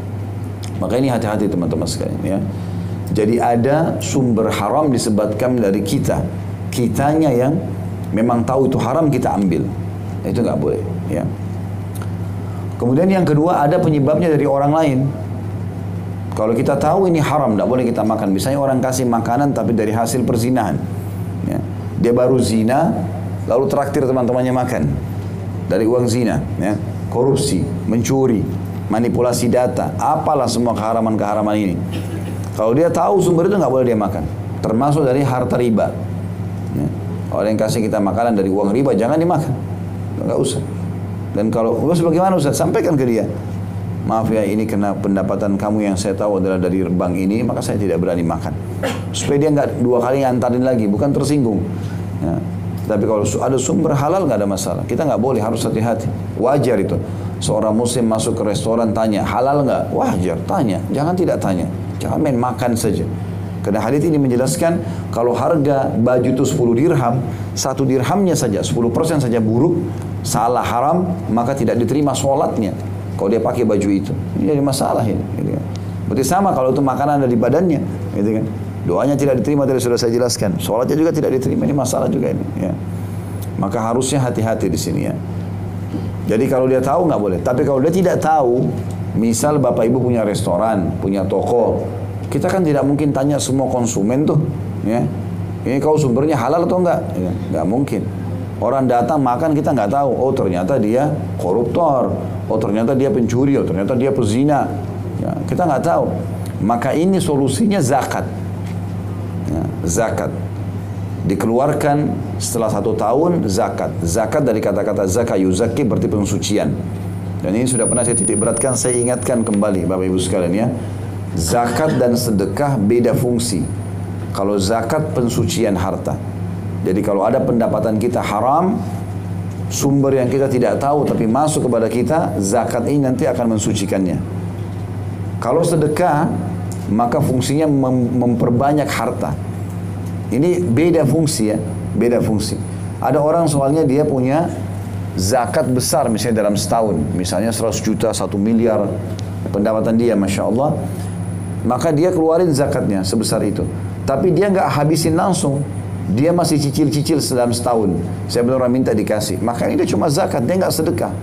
Maka ini hati-hati teman-teman sekalian, ya. Jadi ada sumber haram disebabkan dari kitanya yang memang tahu itu haram, kita ambil. Itu nggak boleh, ya. Kemudian yang kedua, ada penyebabnya dari orang lain. Kalau kita tahu ini haram, tidak boleh kita makan. Misalnya orang kasih makanan tapi dari hasil perzinahan, ya. Dia baru zina, lalu traktir teman-temannya makan dari uang zina, ya. Korupsi, mencuri, manipulasi data, apalah semua keharaman-keharaman ini. Kalau dia tahu sumber itu nggak boleh dia makan. Termasuk dari harta riba, ya. Orang yang kasih kita makanan dari uang riba jangan dimakan, nggak usah. Dan kalau bagaimana Ustaz, sampaikan ke dia. Maaf ya, ini kena pendapatan kamu yang saya tahu adalah dari bank ini, maka saya tidak berani makan. Supaya dia nggak dua kali ngantarin lagi, bukan tersinggung. Ya. Tapi kalau ada sumber halal nggak ada masalah. Kita nggak boleh, harus hati-hati. Wajar itu. Seorang muslim masuk ke restoran tanya, halal nggak? Wajar, tanya. Jangan tidak tanya. Jangan main makan saja. Karena hadits ini menjelaskan kalau harga baju itu 10 dirham, 1 dirhamnya saja, 10% saja buruk, salah haram, maka tidak diterima sholatnya. Kalau dia pakai baju itu, ini jadi masalah ini. Gitu kan. Berarti sama kalau itu makanan ada di badannya, gitu kan. Doanya tidak diterima, tadi sudah saya jelaskan. Sholatnya juga tidak diterima, ini masalah juga ini. Ya. Maka harusnya hati-hati di sini ya. Jadi kalau dia tahu nggak boleh. Tapi kalau dia tidak tahu, misal bapak ibu punya restoran, punya toko, kita kan tidak mungkin tanya semua konsumen tuh, ya. Ini kau sumbernya halal atau enggak? Ya, nggak mungkin. Orang datang makan kita nggak tahu. Oh ternyata dia koruptor. Oh ternyata dia pencuri. Oh ternyata dia pezina. Ya, kita nggak tahu. Maka ini solusinya zakat. Ya, zakat dikeluarkan setelah 1 tahun zakat. Zakat dari kata-kata zaka yuzaki berarti pensucian. Dan ini sudah pernah saya titik beratkan. Saya ingatkan kembali Bapak Ibu sekalian ya. Zakat dan sedekah beda fungsi. Kalau zakat pensucian harta. Jadi kalau ada pendapatan kita haram, sumber yang kita tidak tahu tapi masuk kepada kita, zakat ini nanti akan mensucikannya. Kalau sedekah, maka fungsinya memperbanyak harta. Ini beda fungsi ya, beda fungsi. Ada orang soalnya dia punya zakat besar misalnya dalam setahun, misalnya 100 juta, 1 miliar pendapatan dia, Masya Allah. Maka dia keluarin zakatnya sebesar itu. Tapi dia nggak habisin langsung. Dia masih cicil-cicil dalam setahun. Saya benar minta dikasih. Maka ini dia cuma zakat, dia nggak sedekah.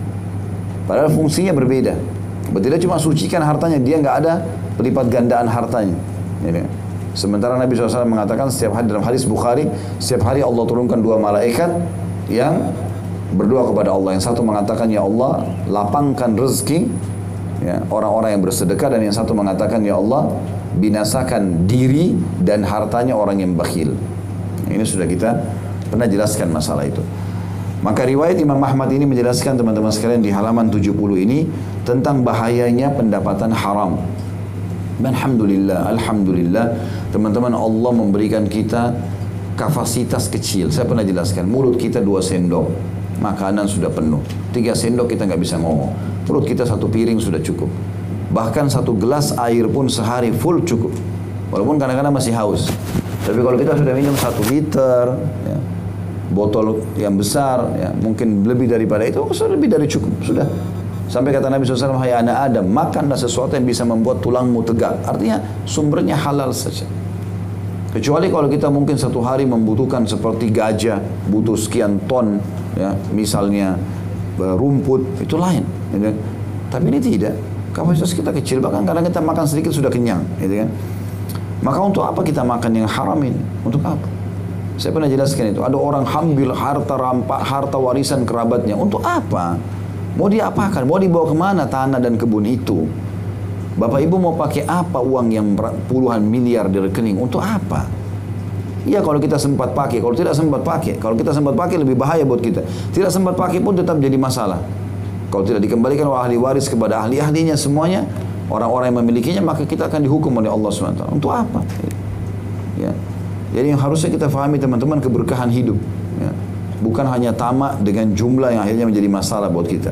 Padahal fungsinya berbeda. Berarti dia cuma sucikan hartanya, dia nggak ada pelipat gandaan hartanya. Sementara Nabi SAW mengatakan setiap hari dalam hadis Bukhari, setiap hari Allah turunkan 2 malaikat yang berdoa kepada Allah. Yang satu mengatakan, ya Allah, lapangkan rezeki ya, orang-orang yang bersedekah, dan yang satu mengatakan, ya Allah, binasakan diri dan hartanya orang yang bakhil. Ini sudah kita pernah jelaskan masalah itu. Maka riwayat Imam Ahmad ini menjelaskan teman-teman sekalian di halaman 70 ini tentang bahayanya pendapatan haram. Dan alhamdulillah teman-teman, Allah memberikan kita kapasitas kecil. Saya pernah jelaskan, mulut kita 2 sendok, makanan sudah penuh. 3 sendok kita nggak bisa ngomong. Perut kita 1 piring sudah cukup. Bahkan 1 gelas air pun sehari full cukup. Walaupun kadang-kadang masih haus. Tapi kalau kita sudah minum 1 liter, ya, botol yang besar, ya, mungkin lebih daripada itu, sudah lebih dari cukup. Sudah. Sampai kata Nabi SAW, hai anak Adam, makanlah sesuatu yang bisa membuat tulangmu tegak. Artinya sumbernya halal saja. Kecuali kalau kita mungkin 1 hari membutuhkan seperti gajah, butuh sekian ton, ya, misalnya rumput, itu lain. Gitu. Tapi ini tidak. Kapasitas kita kecil, bahkan kadang kita makan sedikit sudah kenyang. Gitu kan. Maka untuk apa kita makan yang haram ini? Untuk apa? Saya pernah jelaskan itu. Ada orang ambil harta warisan kerabatnya. Untuk apa? Mau diapakan? Mau dibawa kemana tanah dan kebun itu? Bapak Ibu mau pakai apa uang yang puluhan miliar di rekening? Untuk apa? Iya kalau kita sempat pakai, kalau tidak sempat pakai. Kalau kita sempat pakai lebih bahaya buat kita. Tidak sempat pakai pun tetap jadi masalah. Kalau tidak dikembalikan oleh ahli waris kepada ahli-ahlinya semuanya, orang-orang yang memilikinya, maka kita akan dihukum oleh Allah SWT. Untuk apa? Ya. Jadi yang harusnya kita fahami teman-teman, keberkahan hidup. Ya. Bukan hanya tamak dengan jumlah yang akhirnya menjadi masalah buat kita.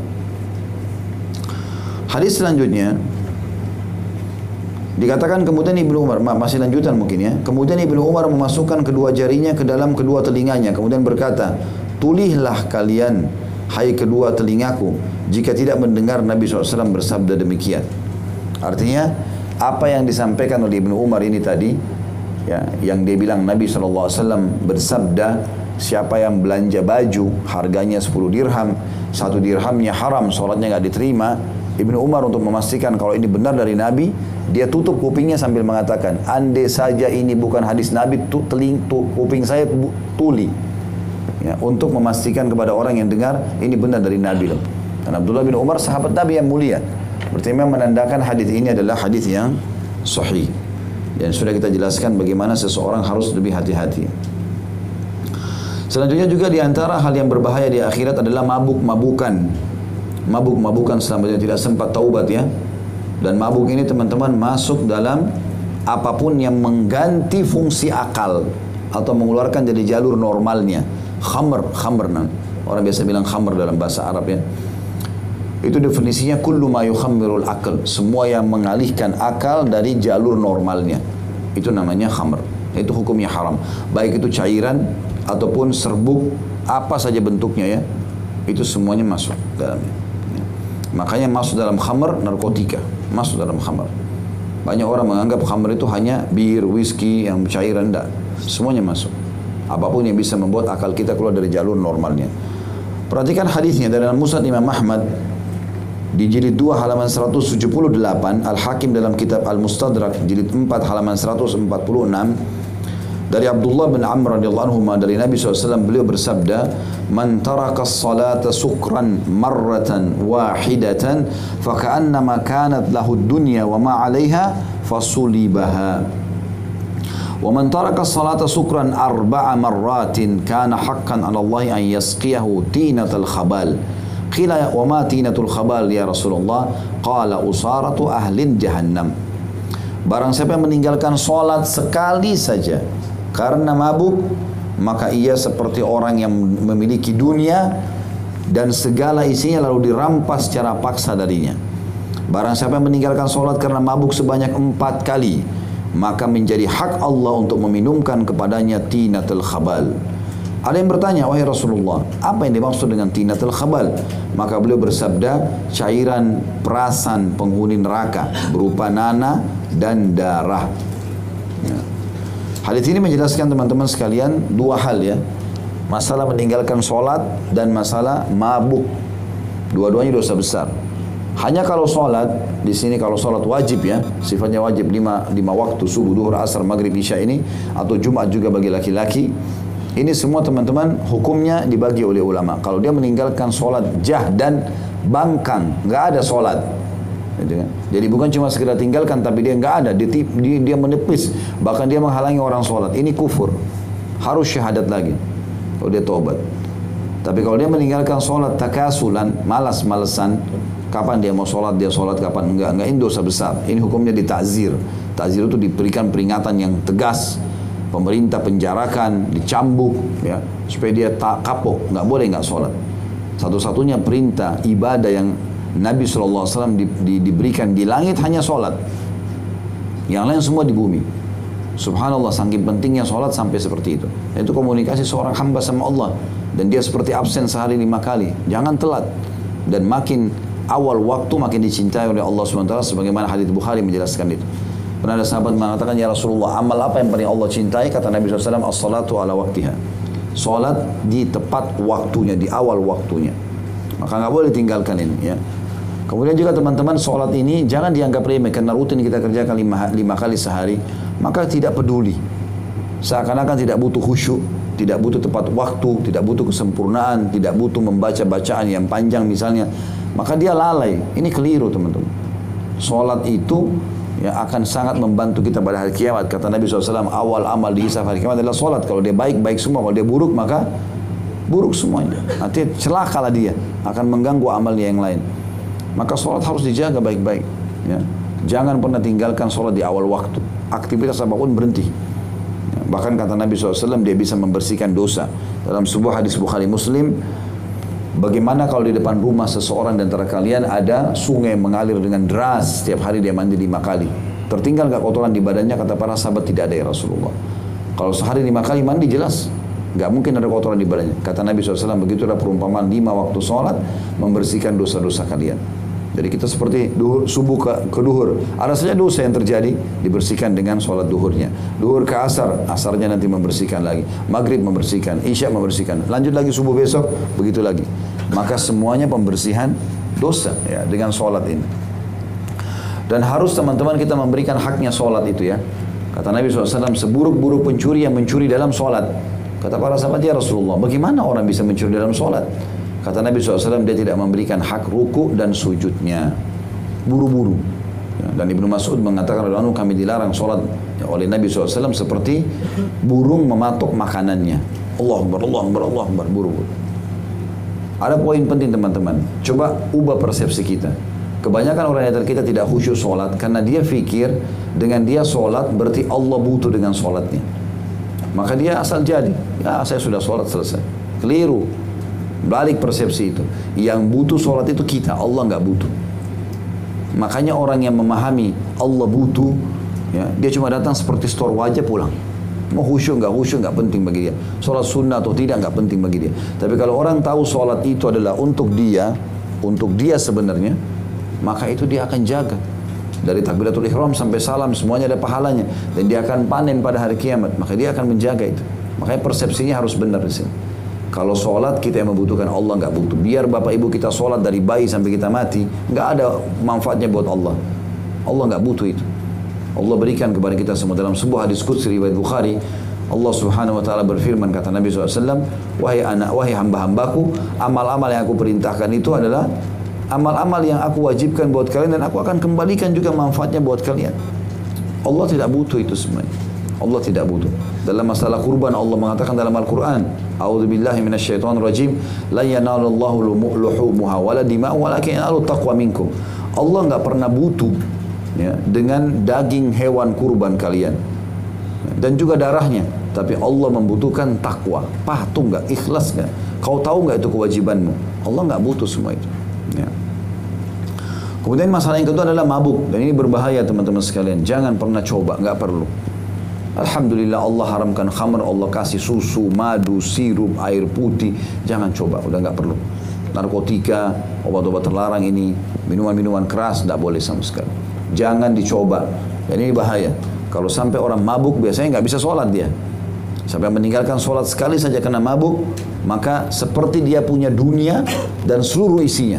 Hadis selanjutnya dikatakan kemudian Ibnu Umar, masih lanjutan mungkin ya. Kemudian Ibnu Umar memasukkan kedua jarinya ke dalam kedua telinganya, kemudian berkata, tulihlah kalian, hai kedua telingaku, jika tidak mendengar Nabi SAW bersabda demikian. Artinya apa yang disampaikan oleh Ibnu Umar ini tadi, ya, yang dia bilang Nabi SAW bersabda, siapa yang belanja baju harganya 10 dirham, 1 dirhamnya haram, sholatnya nggak diterima. Ibnu Umar untuk memastikan kalau ini benar dari Nabi, dia tutup kupingnya sambil mengatakan, andai saja ini bukan hadis Nabi, kuping saya tuli. Ya, untuk memastikan kepada orang yang dengar, ini benar dari Nabi loh. Dan Abdullah bin Umar sahabat Nabi yang mulia. Berarti memang menandakan hadis ini adalah hadis yang sahih. Dan sudah kita jelaskan bagaimana seseorang harus lebih hati-hati. Selanjutnya juga diantara hal yang berbahaya di akhirat adalah mabuk-mabukan. Mabuk-mabukan selama dia tidak sempat taubat ya. Dan mabuk ini teman-teman masuk dalam apapun yang mengganti fungsi akal atau mengeluarkan dari jalur normalnya. Khamr. Orang biasa bilang khamr dalam bahasa Arab ya. Itu definisinya kullu ma yukhammirul akal. Semua yang mengalihkan akal dari jalur normalnya. Itu namanya khamr. Itu hukumnya haram. Baik itu cairan ataupun serbuk, apa saja bentuknya ya. Itu semuanya masuk dalamnya. Makanya masuk dalam khamr narkotika, masuk dalam khamr. Banyak orang menganggap khamr itu hanya bir, whisky, yang cairan, enggak. Semuanya masuk. Apapun yang bisa membuat akal kita keluar dari jalur normalnya. Perhatikan hadisnya dari Musnad Imam Ahmad di jilid 2 halaman 178, Al-Hakim dalam kitab Al-Mustadrak jilid 4 halaman 146, dari Abdullah bin Amr radhiyallahu anhu dari Nabi SAW, beliau bersabda, man taraka as-salata sukran marratan wahidatan faka'annama kanat lahu ad-dunya wa ma 'alayha fasulibaha wa man taraka as-salata sukran 4 marratin kana haqqan 'ala Allah an yasqiyahu tinatal khabal. Qila wa ma tinatul khabal ya Rasulullah? Qala usaratu ahlin jahannam. Barang siapa yang meninggalkan salat sekali saja karena mabuk, maka ia seperti orang yang memiliki dunia dan segala isinya lalu dirampas secara paksa darinya. Barang siapa yang meninggalkan sholat karena mabuk sebanyak 4 kali, maka menjadi hak Allah untuk meminumkan kepadanya tinatul khabal. Ada yang bertanya, wahai Rasulullah, apa yang dimaksud dengan tinatul khabal? Maka beliau bersabda, cairan perasan penghuni neraka berupa nanah dan darah. Ya. Hadis ini menjelaskan teman-teman sekalian 2 hal ya. Masalah meninggalkan sholat dan masalah mabuk. Dua-duanya dosa besar. Hanya kalau sholat, di sini kalau sholat wajib ya, sifatnya wajib 5 waktu, subuh, duhur, asar, maghrib, isya ini, atau Jumat juga bagi laki-laki, Ini semua teman-teman hukumnya dibagi oleh ulama. Kalau dia meninggalkan sholat dan bangkang, nggak ada sholat. Gitu kan? Jadi bukan cuma sekedar tinggalkan, tapi dia nggak ada, dia menepis, bahkan dia menghalangi orang sholat. Ini kufur, harus syahadat lagi kalau dia taubat. Tapi kalau dia meninggalkan sholat takasulan, malas-malesan, kapan dia mau sholat, dia sholat, kapan enggak ini dosa besar. Ini hukumnya ditakzir. Takzir itu diberikan peringatan yang tegas. Pemerintah penjarakan, dicambuk, ya, supaya dia tak kapok, nggak boleh nggak sholat. Satu-satunya perintah ibadah yang Nabi SAW diberikan di langit hanya sholat. Yang lain semua di bumi. Subhanallah, saking pentingnya sholat sampai seperti itu. Itu komunikasi seorang hamba sama Allah. Dan dia seperti absen sehari 5 kali. Jangan telat. Dan makin awal waktu makin dicintai oleh Allah SWT, sebagaimana hadits Bukhari menjelaskan itu. Pernah ada sahabat mengatakan, ya Rasulullah, amal apa yang paling Allah cintai? Kata Nabi SAW, as-salatu ala waktiha. Salat di tepat waktunya, di awal waktunya. Maka nggak boleh tinggalkan ini, ya. Kemudian juga teman-teman, salat ini jangan dianggap remeh, karena rutin kita kerjakan 5 kali sehari, maka tidak peduli. Seakan-akan tidak butuh khusyuk, tidak butuh tepat waktu, tidak butuh kesempurnaan, tidak butuh membaca bacaan yang panjang misalnya. Maka dia lalai. Ini keliru teman-teman. Salat itu ya akan sangat membantu kita pada hari kiamat. Kata Nabi SAW, awal amal dihisab hari kiamat adalah solat. Kalau dia baik, baik semua. Kalau dia buruk, maka buruk semuanya. Artinya celakalah dia, akan mengganggu amalnya yang lain. Maka solat harus dijaga baik-baik, ya. Jangan pernah tinggalkan solat di awal waktu. Aktivitas apapun berhenti, ya. Bahkan kata Nabi SAW, dia bisa membersihkan dosa. Dalam sebuah hadis Bukhari Muslim, bagaimana kalau di depan rumah seseorang dan antara kalian ada sungai mengalir dengan deras, setiap hari dia mandi 5 kali. Tertinggal gak kotoran di badannya? Kata para sahabat, tidak ada ya Rasulullah. Kalau sehari 5 kali mandi jelas gak mungkin ada kotoran di badannya. Kata Nabi SAW, begitulah perumpamaan 5 waktu sholat membersihkan dosa-dosa kalian. Jadi kita seperti subuh ke duhur, ada saja dosa yang terjadi, dibersihkan dengan sholat duhurnya. Duhur ke asar, asarnya nanti membersihkan lagi. Maghrib membersihkan, isya membersihkan. Lanjut lagi subuh besok, begitu lagi. Maka semuanya pembersihan dosa, ya, dengan sholat ini. Dan harus teman-teman kita memberikan haknya sholat itu, ya. Kata Nabi SAW, seburuk-buruk pencuri yang mencuri dalam sholat. Kata para sahabat, ya Rasulullah, bagaimana orang bisa mencuri dalam sholat? Kata Nabi SAW, dia tidak memberikan hak ruku dan sujudnya. Buru-buru. Ya, dan Ibnu Mas'ud mengatakan, kami dilarang sholat oleh Nabi SAW seperti burung mematok makanannya. Allah Akbar, Allah Akbar, Allah Akbar, buru-buru. Ada poin penting teman-teman. Coba ubah persepsi kita. Kebanyakan orang yang kita tidak khusyuk sholat karena dia fikir dengan dia sholat berarti Allah butuh dengan sholatnya. Maka dia asal jadi, ya saya sudah sholat selesai. Keliru. Balik persepsi itu. Yang butuh sholat itu kita, Allah nggak butuh. Makanya orang yang memahami Allah butuh, ya, dia cuma datang seperti store wajah pulang. Mau khusyuk nggak penting bagi dia. Sholat sunnah atau tidak nggak penting bagi dia. Tapi kalau orang tahu sholat itu adalah untuk dia sebenarnya, maka itu dia akan jaga. Dari takbiratul ihram sampai salam semuanya ada pahalanya, dan dia akan panen pada hari kiamat. Maka dia akan menjaga itu. Makanya persepsinya harus benar di sini. Kalau sholat kita yang membutuhkan, Allah nggak butuh. Biar bapak ibu kita sholat dari bayi sampai kita mati, nggak ada manfaatnya buat Allah. Allah nggak butuh itu. Allah berikan kepada kita semua dalam sebuah hadis qudsi riwayat Bukhari. Allah Subhanahu Wa Taala berfirman, kata Nabi SAW, wahai hamba-hambaku, amal-amal yang aku perintahkan itu adalah amal-amal yang aku wajibkan buat kalian, dan aku akan kembalikan juga manfaatnya buat kalian. Allah tidak butuh itu semuanya. Allah tidak butuh. Dalam masalah kurban Allah mengatakan dalam Al-Quran, A'udzubillahi minasyaitonirrajim, la yanalallahu luhumuha wala dima'u walakin yanalu taqwa minkum. Allah nggak pernah butuh, ya, dengan daging hewan kurban kalian dan juga darahnya, tapi Allah membutuhkan takwa. Patuh nggak, ikhlas nggak, kau tahu nggak itu kewajibanmu. Allah nggak butuh semua itu, ya. Kemudian masalah yang kedua adalah mabuk, dan ini berbahaya teman-teman sekalian. Jangan pernah coba, nggak perlu. Alhamdulillah Allah haramkan khamr, Allah kasih susu, madu, sirup, air putih. Jangan coba, udah nggak perlu. Narkotika, obat-obat terlarang ini, minuman-minuman keras, nggak boleh sama sekali. Jangan dicoba, dan ini bahaya. Kalau sampai orang mabuk, biasanya nggak bisa sholat dia. Sampai meninggalkan sholat sekali saja kena mabuk, maka seperti dia punya dunia dan seluruh isinya.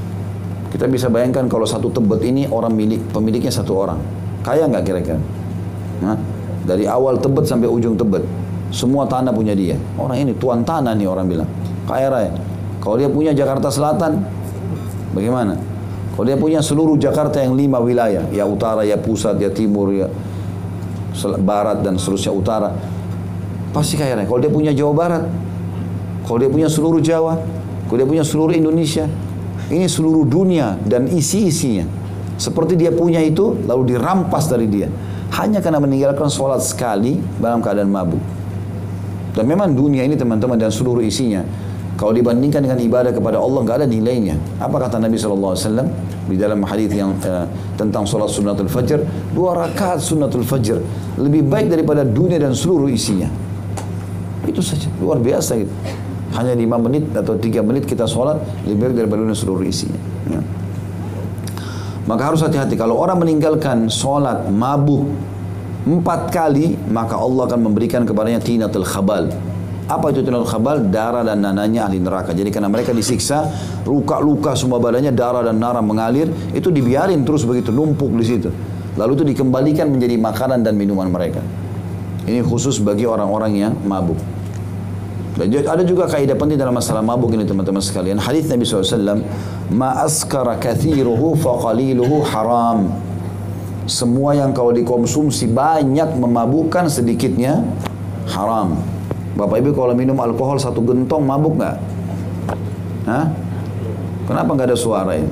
Kita bisa bayangkan kalau satu Tebet ini orang pemiliknya satu orang. Kaya nggak kira-kira? Nah, dari awal Tebet sampai ujung Tebet. Semua tanah punya dia. Orang ini tuan tanah nih orang bilang. Kaya raya. Kalau dia punya Jakarta Selatan, bagaimana? Kalau dia punya seluruh Jakarta yang 5 wilayah, ya utara, ya pusat, ya timur, ya barat dan seterusnya utara, pasti kaya raya. Kalau dia punya Jawa Barat, kalau dia punya seluruh Jawa, kalau dia punya seluruh Indonesia, ini seluruh dunia dan isi-isinya. Seperti dia punya itu, lalu dirampas dari dia. Hanya karena meninggalkan sholat sekali dalam keadaan mabuk. Dan memang dunia ini teman-teman dan seluruh isinya, kalau dibandingkan dengan ibadah kepada Allah, nggak ada nilainya. Apa kata Nabi SAW di dalam hadis yang tentang sholat sunnatul fajr, 2 rakaat sunnatul fajr lebih baik daripada dunia dan seluruh isinya. Itu saja, luar biasa gitu. Hanya 5 menit atau 3 menit kita sholat lebih baik daripada dunia seluruh isinya. Ya. Maka harus hati-hati. Kalau orang meninggalkan sholat mabuk 4 kali, maka Allah akan memberikan kepadanya tinatul khabal. Apa itu tinatul khabal? Darah dan nananya ahli neraka. Jadi karena mereka disiksa, luka-luka semua badannya, darah dan nanah mengalir, itu dibiarin terus begitu, numpuk di situ. Lalu itu dikembalikan menjadi makanan dan minuman mereka. Ini khusus bagi orang-orang yang mabuk. Dan ada juga kaidah penting dalam masalah mabuk ini teman-teman sekalian. Hadis Nabi SAW, ma askara kathiruhu faqaliluhu haram. Semua yang kalau dikonsumsi banyak memabukkan, sedikitnya haram. Bapak Ibu kalau minum alkohol 1 gentong mabuk nggak? Hah? Kenapa nggak ada suara ini?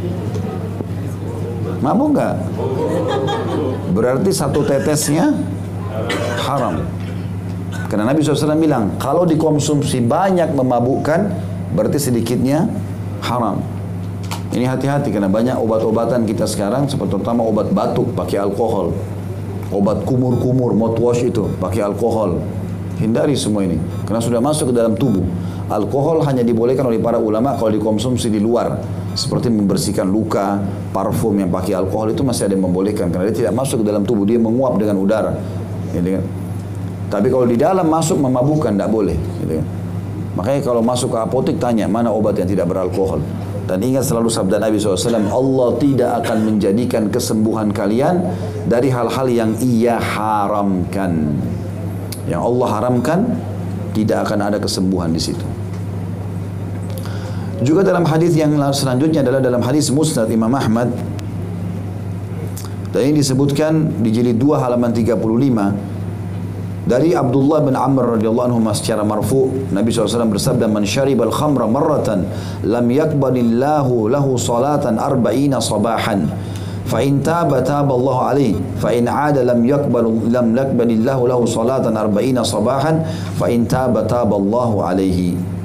Mabuk nggak? Berarti 1 tetesnya haram. Karena Nabi SAW bilang, kalau dikonsumsi banyak memabukkan, berarti sedikitnya haram. Ini hati-hati karena banyak obat-obatan kita sekarang, seperti terutama obat batuk pakai alkohol, obat kumur-kumur, mouthwash itu pakai alkohol. Hindari semua ini, karena sudah masuk ke dalam tubuh. Alkohol hanya dibolehkan oleh para ulama kalau dikonsumsi di luar, seperti membersihkan luka, parfum yang pakai alkohol itu masih ada yang membolehkan, karena dia tidak masuk ke dalam tubuh, dia menguap dengan udara. Gitu kan? Tapi kalau di dalam masuk memabukkan, tidak boleh. Gitu kan? Makanya kalau masuk ke apotek tanya, mana obat yang tidak beralkohol. Dan ingat selalu sabda Nabi SAW, Allah tidak akan menjadikan kesembuhan kalian dari hal-hal yang Ia haramkan. Yang Allah haramkan, tidak akan ada kesembuhan di situ. Juga dalam hadis yang selanjutnya adalah dalam hadis Musnad Imam Ahmad. Dan ini disebutkan di jilid 2 halaman 35. Dari Abdullah bin Amr radhiyallahu anhu secara marfu, Nabi SAW bersabda, man syaribal khamra marratan lam yakbalillahu lahu salatan 40 sabahan fa in taba Allah alaihi fa in aada lam yakbalillahu lahu salatan 40 sabahan fa in taba Allah alaihi.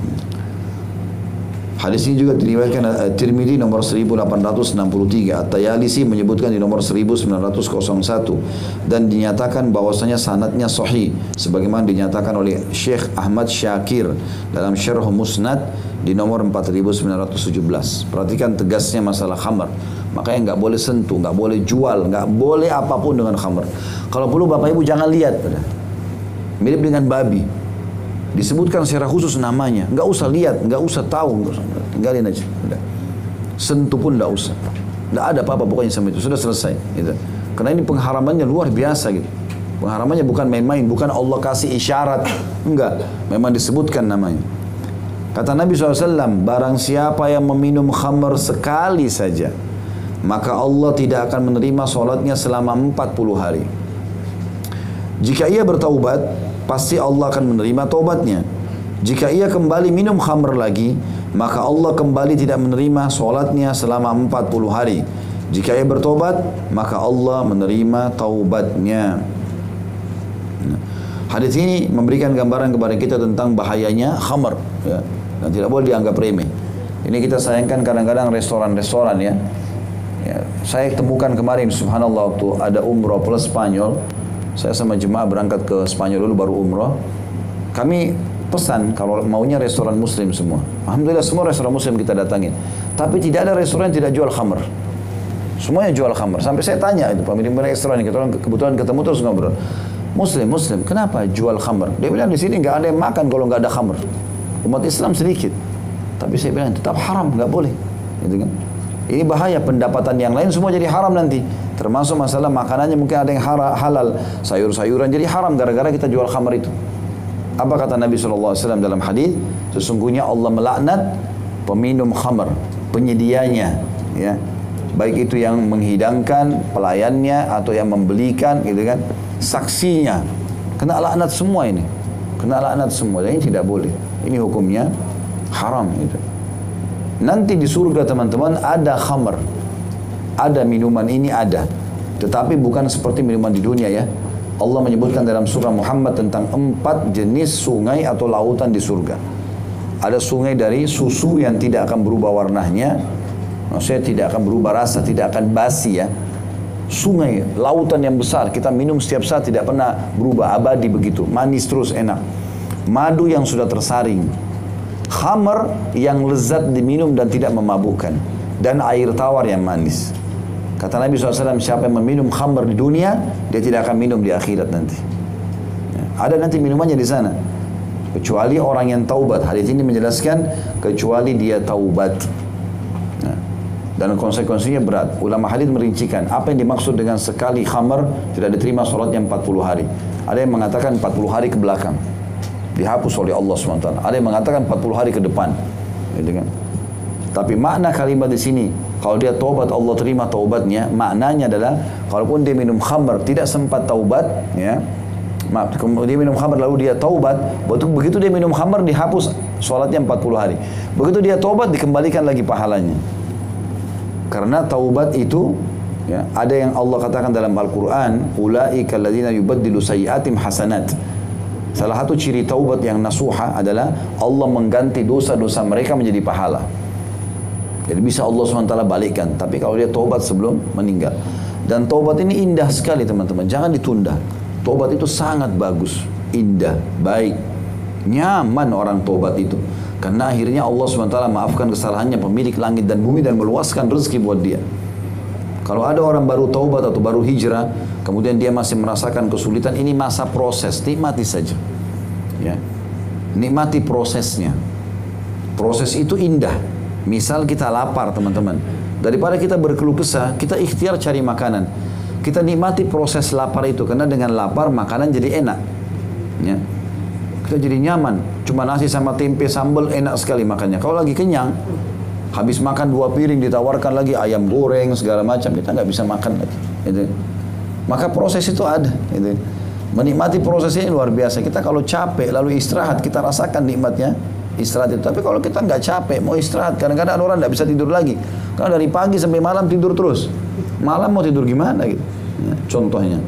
Hadis ini juga diriwayatkan Tirmidzi nomor 1863, At-Tayalisi menyebutkan di nomor 1901 dan dinyatakan bahwasanya sanadnya sahih sebagaimana dinyatakan oleh Syekh Ahmad Syakir dalam Syarh Musnad di nomor 4917. Perhatikan tegasnya masalah khamar. Makanya nggak boleh sentuh, nggak boleh jual, nggak boleh apapun dengan khamar. Kalau perlu Bapak Ibu jangan lihat. Mirip dengan babi. Disebutkan secara khusus namanya, nggak usah lihat, nggak usah tahu, tinggalin aja. Udah. Sentuh pun nggak usah, nggak ada apa-apa pokoknya sama itu, sudah selesai. Gitu. Karena ini pengharamannya luar biasa gitu. Pengharamannya bukan main-main, bukan Allah kasih isyarat, enggak, memang disebutkan namanya. Kata Nabi SAW, barang siapa yang meminum khamr sekali saja, maka Allah tidak akan menerima sholatnya selama 40 hari. Jika ia bertaubat, pasti Allah akan menerima taubatnya. Jika ia kembali minum khamr lagi, maka Allah kembali tidak menerima sholatnya selama 40 hari. Jika ia bertobat, maka Allah menerima taubatnya. Hadis ini memberikan gambaran kepada kita tentang bahayanya khamr, ya, dan tidak boleh dianggap remeh. Ini kita sayangkan kadang-kadang restoran-restoran ya. Saya temukan kemarin, subhanallah, waktu ada umroh plus Spanyol. Saya sama jemaah berangkat ke Spanyol dulu baru umroh. Kami pesan kalau maunya restoran muslim semua. Alhamdulillah semua restoran muslim kita datangin. Tapi tidak ada restoran yang tidak jual khamr. Semuanya jual khamr. Sampai saya tanya itu pemilik restoran, kebetulan ketemu terus ngobrol. Muslim, kenapa jual khamr? Dia bilang di sini nggak ada yang makan kalau nggak ada khamr. Umat Islam sedikit. Tapi saya bilang tetap haram, nggak boleh. Gitu kan? Ini bahaya, pendapatan yang lain semua jadi haram nanti. Termasuk masalah makanannya mungkin ada yang halal, sayur-sayuran jadi haram gara-gara kita jual khamar itu. Apa kata Nabi SAW dalam hadis? Sesungguhnya Allah melaknat peminum khamar, penyedianya, ya. Baik itu yang menghidangkan, pelayannya atau yang membelikan, gitu kan. Saksinya, kena laknat semua ini. Kena laknat semua, dan ini tidak boleh. Ini hukumnya haram itu. Nanti di surga teman-teman ada khamar. Ada minuman ini ada. Tetapi bukan seperti minuman di dunia ya. Allah menyebutkan dalam surah Muhammad tentang 4 jenis sungai atau lautan di surga. Ada sungai dari susu yang tidak akan berubah warnanya. Maksudnya tidak akan berubah rasa, tidak akan basi ya. Sungai, lautan yang besar, kita minum setiap saat tidak pernah berubah, abadi begitu. Manis terus enak. Madu yang sudah tersaring. Khamar yang lezat diminum dan tidak memabukkan. Dan air tawar yang manis. Kata Nabi SAW, siapa yang meminum khamar di dunia, dia tidak akan minum di akhirat nanti. Ya, ada nanti minumannya di sana. Kecuali orang yang taubat. Hadis ini menjelaskan, kecuali dia taubat. Ya. Dan konsekuensinya berat. Ulama hadis merincikan, apa yang dimaksud dengan sekali khamar tidak diterima sholatnya 40 hari. Ada yang mengatakan 40 hari ke belakang. Dihapus oleh Allah SWT. Ada yang mengatakan 40 hari ke depan. Gitu kan? Tapi makna kalimat di sini, kalau dia taubat Allah terima taubatnya, maknanya adalah kalaupun dia minum khamar tidak sempat taubat, ya, dia minum khamar lalu dia taubat, begitu dia minum khamar dihapus sholatnya 40 hari. Begitu dia taubat dikembalikan lagi pahalanya. Karena taubat itu, ya, ada yang Allah katakan dalam Al-Quran, ulaika alladzina yubaddilu sayyiatim hasanat. Salah satu ciri taubat yang nasuha adalah Allah mengganti dosa-dosa mereka menjadi pahala. Jadi bisa Allah SWT balikkan. Tapi kalau dia taubat sebelum meninggal. Dan taubat ini indah sekali teman-teman. Jangan ditunda. Taubat itu sangat bagus. Indah, baik. Nyaman orang taubat itu. Karena akhirnya Allah SWT maafkan kesalahannya pemilik langit dan bumi dan meluaskan rezeki buat dia. Kalau ada orang baru taubat atau baru hijrah, kemudian dia masih merasakan kesulitan, ini masa proses. Nikmati saja. Ya. Nikmati prosesnya. Proses itu indah. Misal kita lapar teman-teman, daripada kita berkeluh kesah, kita ikhtiar cari makanan. Kita nikmati proses lapar itu, karena dengan lapar makanan jadi enak. Ya. Kita jadi nyaman. Cuma nasi sama tempe sambal enak sekali makannya. Kalau lagi kenyang, habis makan 2 piring ditawarkan lagi ayam goreng segala macam, kita nggak bisa makan lagi. Gitu. Maka proses itu ada. Gitu. Menikmati prosesnya luar biasa. Kita kalau capek lalu istirahat, kita rasakan nikmatnya. Istirahat itu. Tapi kalau kita nggak capek, mau istirahat, kadang-kadang ada orang nggak bisa tidur lagi. Karena dari pagi sampai malam tidur terus. Malam mau tidur gimana gitu. Ya, contohnya.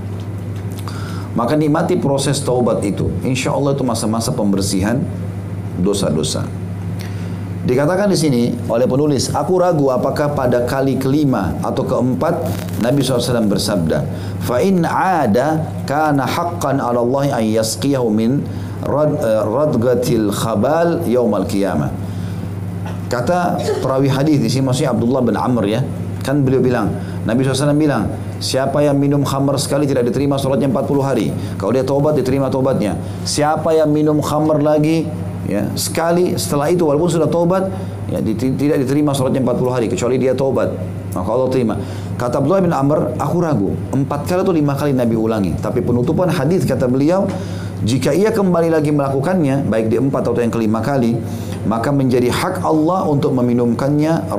Maka nikmati proses taubat itu. Insya Allah itu masa-masa pembersihan dosa-dosa. Dikatakan di sini oleh penulis, aku ragu apakah pada kali kelima atau keempat Nabi SAW bersabda, fa in ada kana haqqan 'ala Allah an yasqiyahu min radgatil khabal yaumal qiyamah. Kata perawi hadis di sini maksudnya Abdullah bin Amr ya. Kan beliau bilang, Nabi SAW bilang, siapa yang minum khamar sekali tidak diterima salatnya 40 hari. Kalau dia taubat diterima taubatnya. Siapa yang minum khamar lagi ya sekali setelah itu walaupun sudah taubat ya tidak diterima salatnya 40 hari kecuali dia taubat. Maka Allah terima. Kata Abdullah bin Amr, aku ragu 4 kali atau 5 kali Nabi ulangi. Tapi penutupan hadis kata beliau, jika ia kembali lagi melakukannya, baik di 4 atau yang kelima kali, maka menjadi hak Allah untuk meminumkannya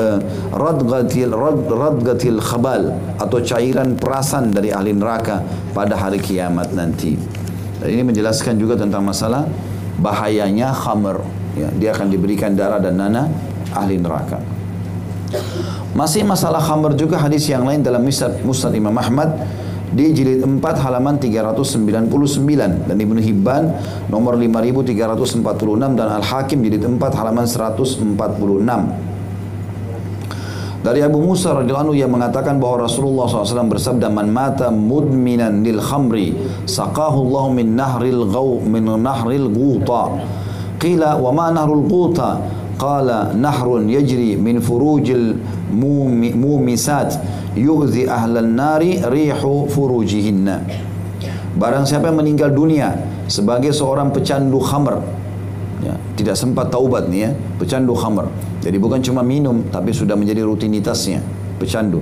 radgatil khabal atau cairan perasan dari ahli neraka pada hari kiamat nanti. Dan ini menjelaskan juga tentang masalah bahayanya khamr. Ya, dia akan diberikan darah dan nanah ahli neraka. Masih masalah khamr juga hadis yang lain dalam Musnad Imam Ahmad di jilid 4 halaman 399 dan Ibnu Hibban nomor 5346 dan Al-Hakim jilid 4 halaman 146. Dari Abu Musa radhiyallahu anhu yang mengatakan bahwa Rasulullah SAW bersabda, man mata mudminan lil khamri saqahu Allah min nahril ghuta. Qila wa ma nahrul ghuta? Qala nahrun yajri min furujil mumisat yu'zi ahlan nari rihu furujihinna. Barang siapa yang meninggal dunia sebagai seorang pecandu khamr, ya, tidak sempat taubat nih ya, pecandu khamr. Jadi bukan cuma minum tapi sudah menjadi rutinitasnya, pecandu.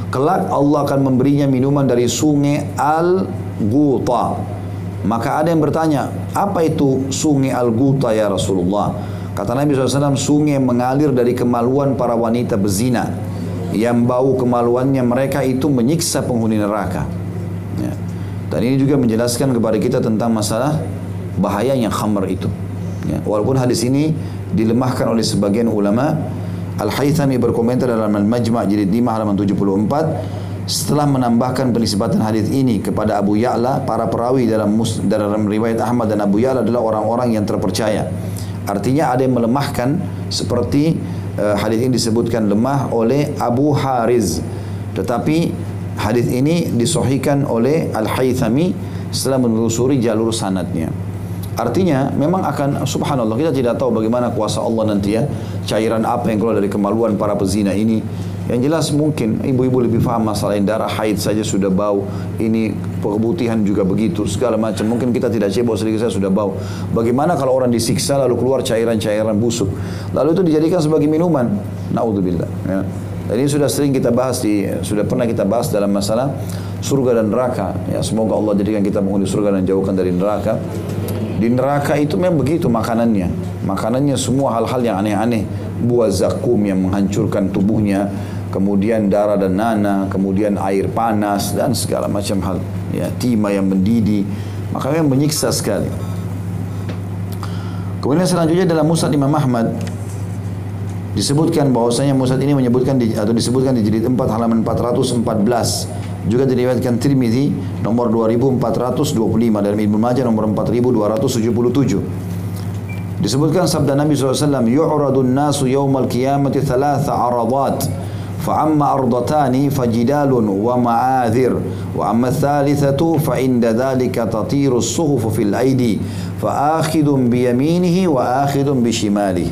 Kelak Allah akan memberinya minuman dari sungai Al-Ghuta. Maka ada yang bertanya, apa itu sungai Al-Ghuta ya Rasulullah? Kata Nabi SAW, sungai mengalir dari kemaluan para wanita berzina, yang bau kemaluannya mereka itu menyiksa penghuni neraka. Ya. Dan ini juga menjelaskan kepada kita tentang masalah bahayanya khamr itu. Ya. Walaupun hadis ini dilemahkan oleh sebagian ulama, Al-Haythami berkomentar dalam Al-Majma' jilid 5 halaman 74, setelah menambahkan penisbatan hadis ini kepada Abu Ya'la, para perawi dalam riwayat Ahmad dan Abu Ya'la adalah orang-orang yang terpercaya. Artinya ada yang melemahkan, seperti hadis ini disebutkan lemah oleh Abu Hariz. Tetapi hadis ini disahihkan oleh Al-Haythami setelah menelusuri jalur sanadnya. Artinya memang akan, subhanallah, kita tidak tahu bagaimana kuasa Allah nanti ya, cairan apa yang keluar dari kemaluan para pezina ini. Yang jelas mungkin ibu-ibu lebih paham masalah darah haid saja sudah bau, ini keputihan juga begitu, segala macam. Mungkin kita tidak cebok sedikit saja sudah bau. Bagaimana kalau orang disiksa lalu keluar cairan-cairan busuk, lalu itu dijadikan sebagai minuman? Naudzubillah. Ya. Dan ini sudah sering kita bahas sudah pernah kita bahas dalam masalah surga dan neraka. Ya, semoga Allah jadikan kita menghuni surga dan jauhkan dari neraka. Di neraka itu memang begitu makanannya. Makanannya semua hal-hal yang aneh-aneh, buah zakum yang menghancurkan tubuhnya, kemudian darah dan nanah, kemudian air panas dan segala macam hal. Ya, timah yang mendidih, maka memang menyiksa sekali. Kemudian selanjutnya dalam Musnad Imam Ahmad disebutkan bahwasanya Musnad ini disebutkan di jilid 4 halaman 414. Juga diriwayatkan Tirmidzi nomor 2425, dan Ibnu Majah nomor 4277. Disebutkan sabda Nabi SAW, yu'radun nasu yawmal qiyamati thalatha aradat, fa'amma ardatani fajidalun wa ma'adhir, wa amma thalithatu fa'inda dhalika tatiru suhufu fil aidi, fa'akhidun biyaminihi wa akhidun bishimalihi.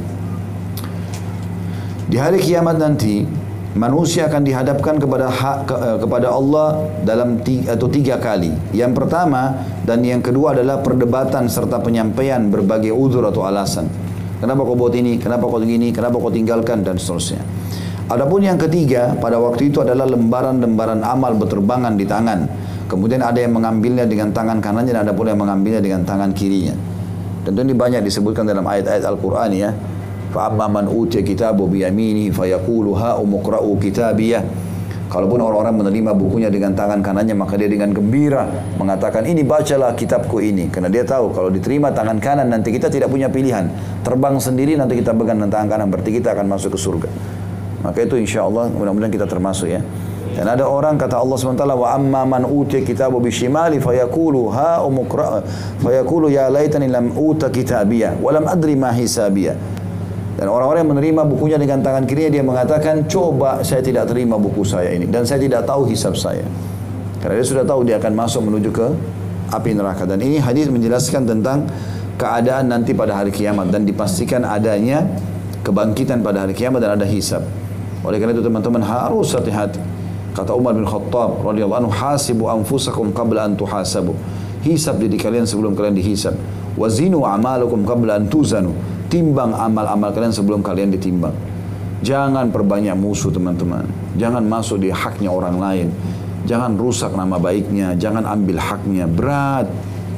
Di hari kiamat nanti manusia akan dihadapkan kepada Allah dalam tiga kali. Yang pertama dan yang kedua adalah perdebatan serta penyampaian berbagai uzur atau alasan. Kenapa kau buat ini? Kenapa kau begini? Kenapa kau tinggalkan? Dan seterusnya. Adapun yang ketiga pada waktu itu adalah lembaran-lembaran amal berterbangan di tangan. Kemudian ada yang mengambilnya dengan tangan kanannya dan ada pula yang mengambilnya dengan tangan kirinya. Tentu ini banyak disebutkan dalam ayat-ayat Al-Quran ya. فَأَمَّا مَنْ أُوتِيَ كِتَابَهُ بِيَمِينِهِ فَيَقُولُ هَاؤُمُ اقْرَءُوا كِتَابِيَهْ. Kalaupun orang-orang menerima bukunya dengan tangan kanannya, maka dia dengan gembira mengatakan, ini bacalah kitabku ini. Karena dia tahu kalau diterima tangan kanan nanti kita tidak punya pilihan, terbang sendiri, nanti kita pegang tangan kanan, berarti kita akan masuk ke surga. Maka itu insya Allah mudah-mudahan kita termasuk ya. Dan ada orang kata Allah SWT, wa amma man utiya kitabahu bishimali fayaqulu ha'um iqra' fayaqulu ya laitani lam uta kitabiyah wa lam adri ma hisabiyah. Dan orang-orang yang menerima bukunya dengan tangan kirinya, dia mengatakan, coba saya tidak terima buku saya ini dan saya tidak tahu hisab saya. Karena dia sudah tahu dia akan masuk menuju ke api neraka. Dan ini hadis menjelaskan tentang keadaan nanti pada hari kiamat dan dipastikan adanya kebangkitan pada hari kiamat dan ada hisab. Oleh karena itu teman-teman harus hati-hati. Kata Umar bin Khattab radhiyallahu anhu, hasibu anfusakum qabla an tuhasabu. Hisab diri kalian sebelum kalian dihisab. Wazinu a'malakum qabla an tuzanu. Timbang amal-amal kalian sebelum kalian ditimbang. Jangan perbanyak musuh teman-teman. Jangan masuk di haknya orang lain. Jangan rusak nama baiknya. Jangan ambil haknya. Berat.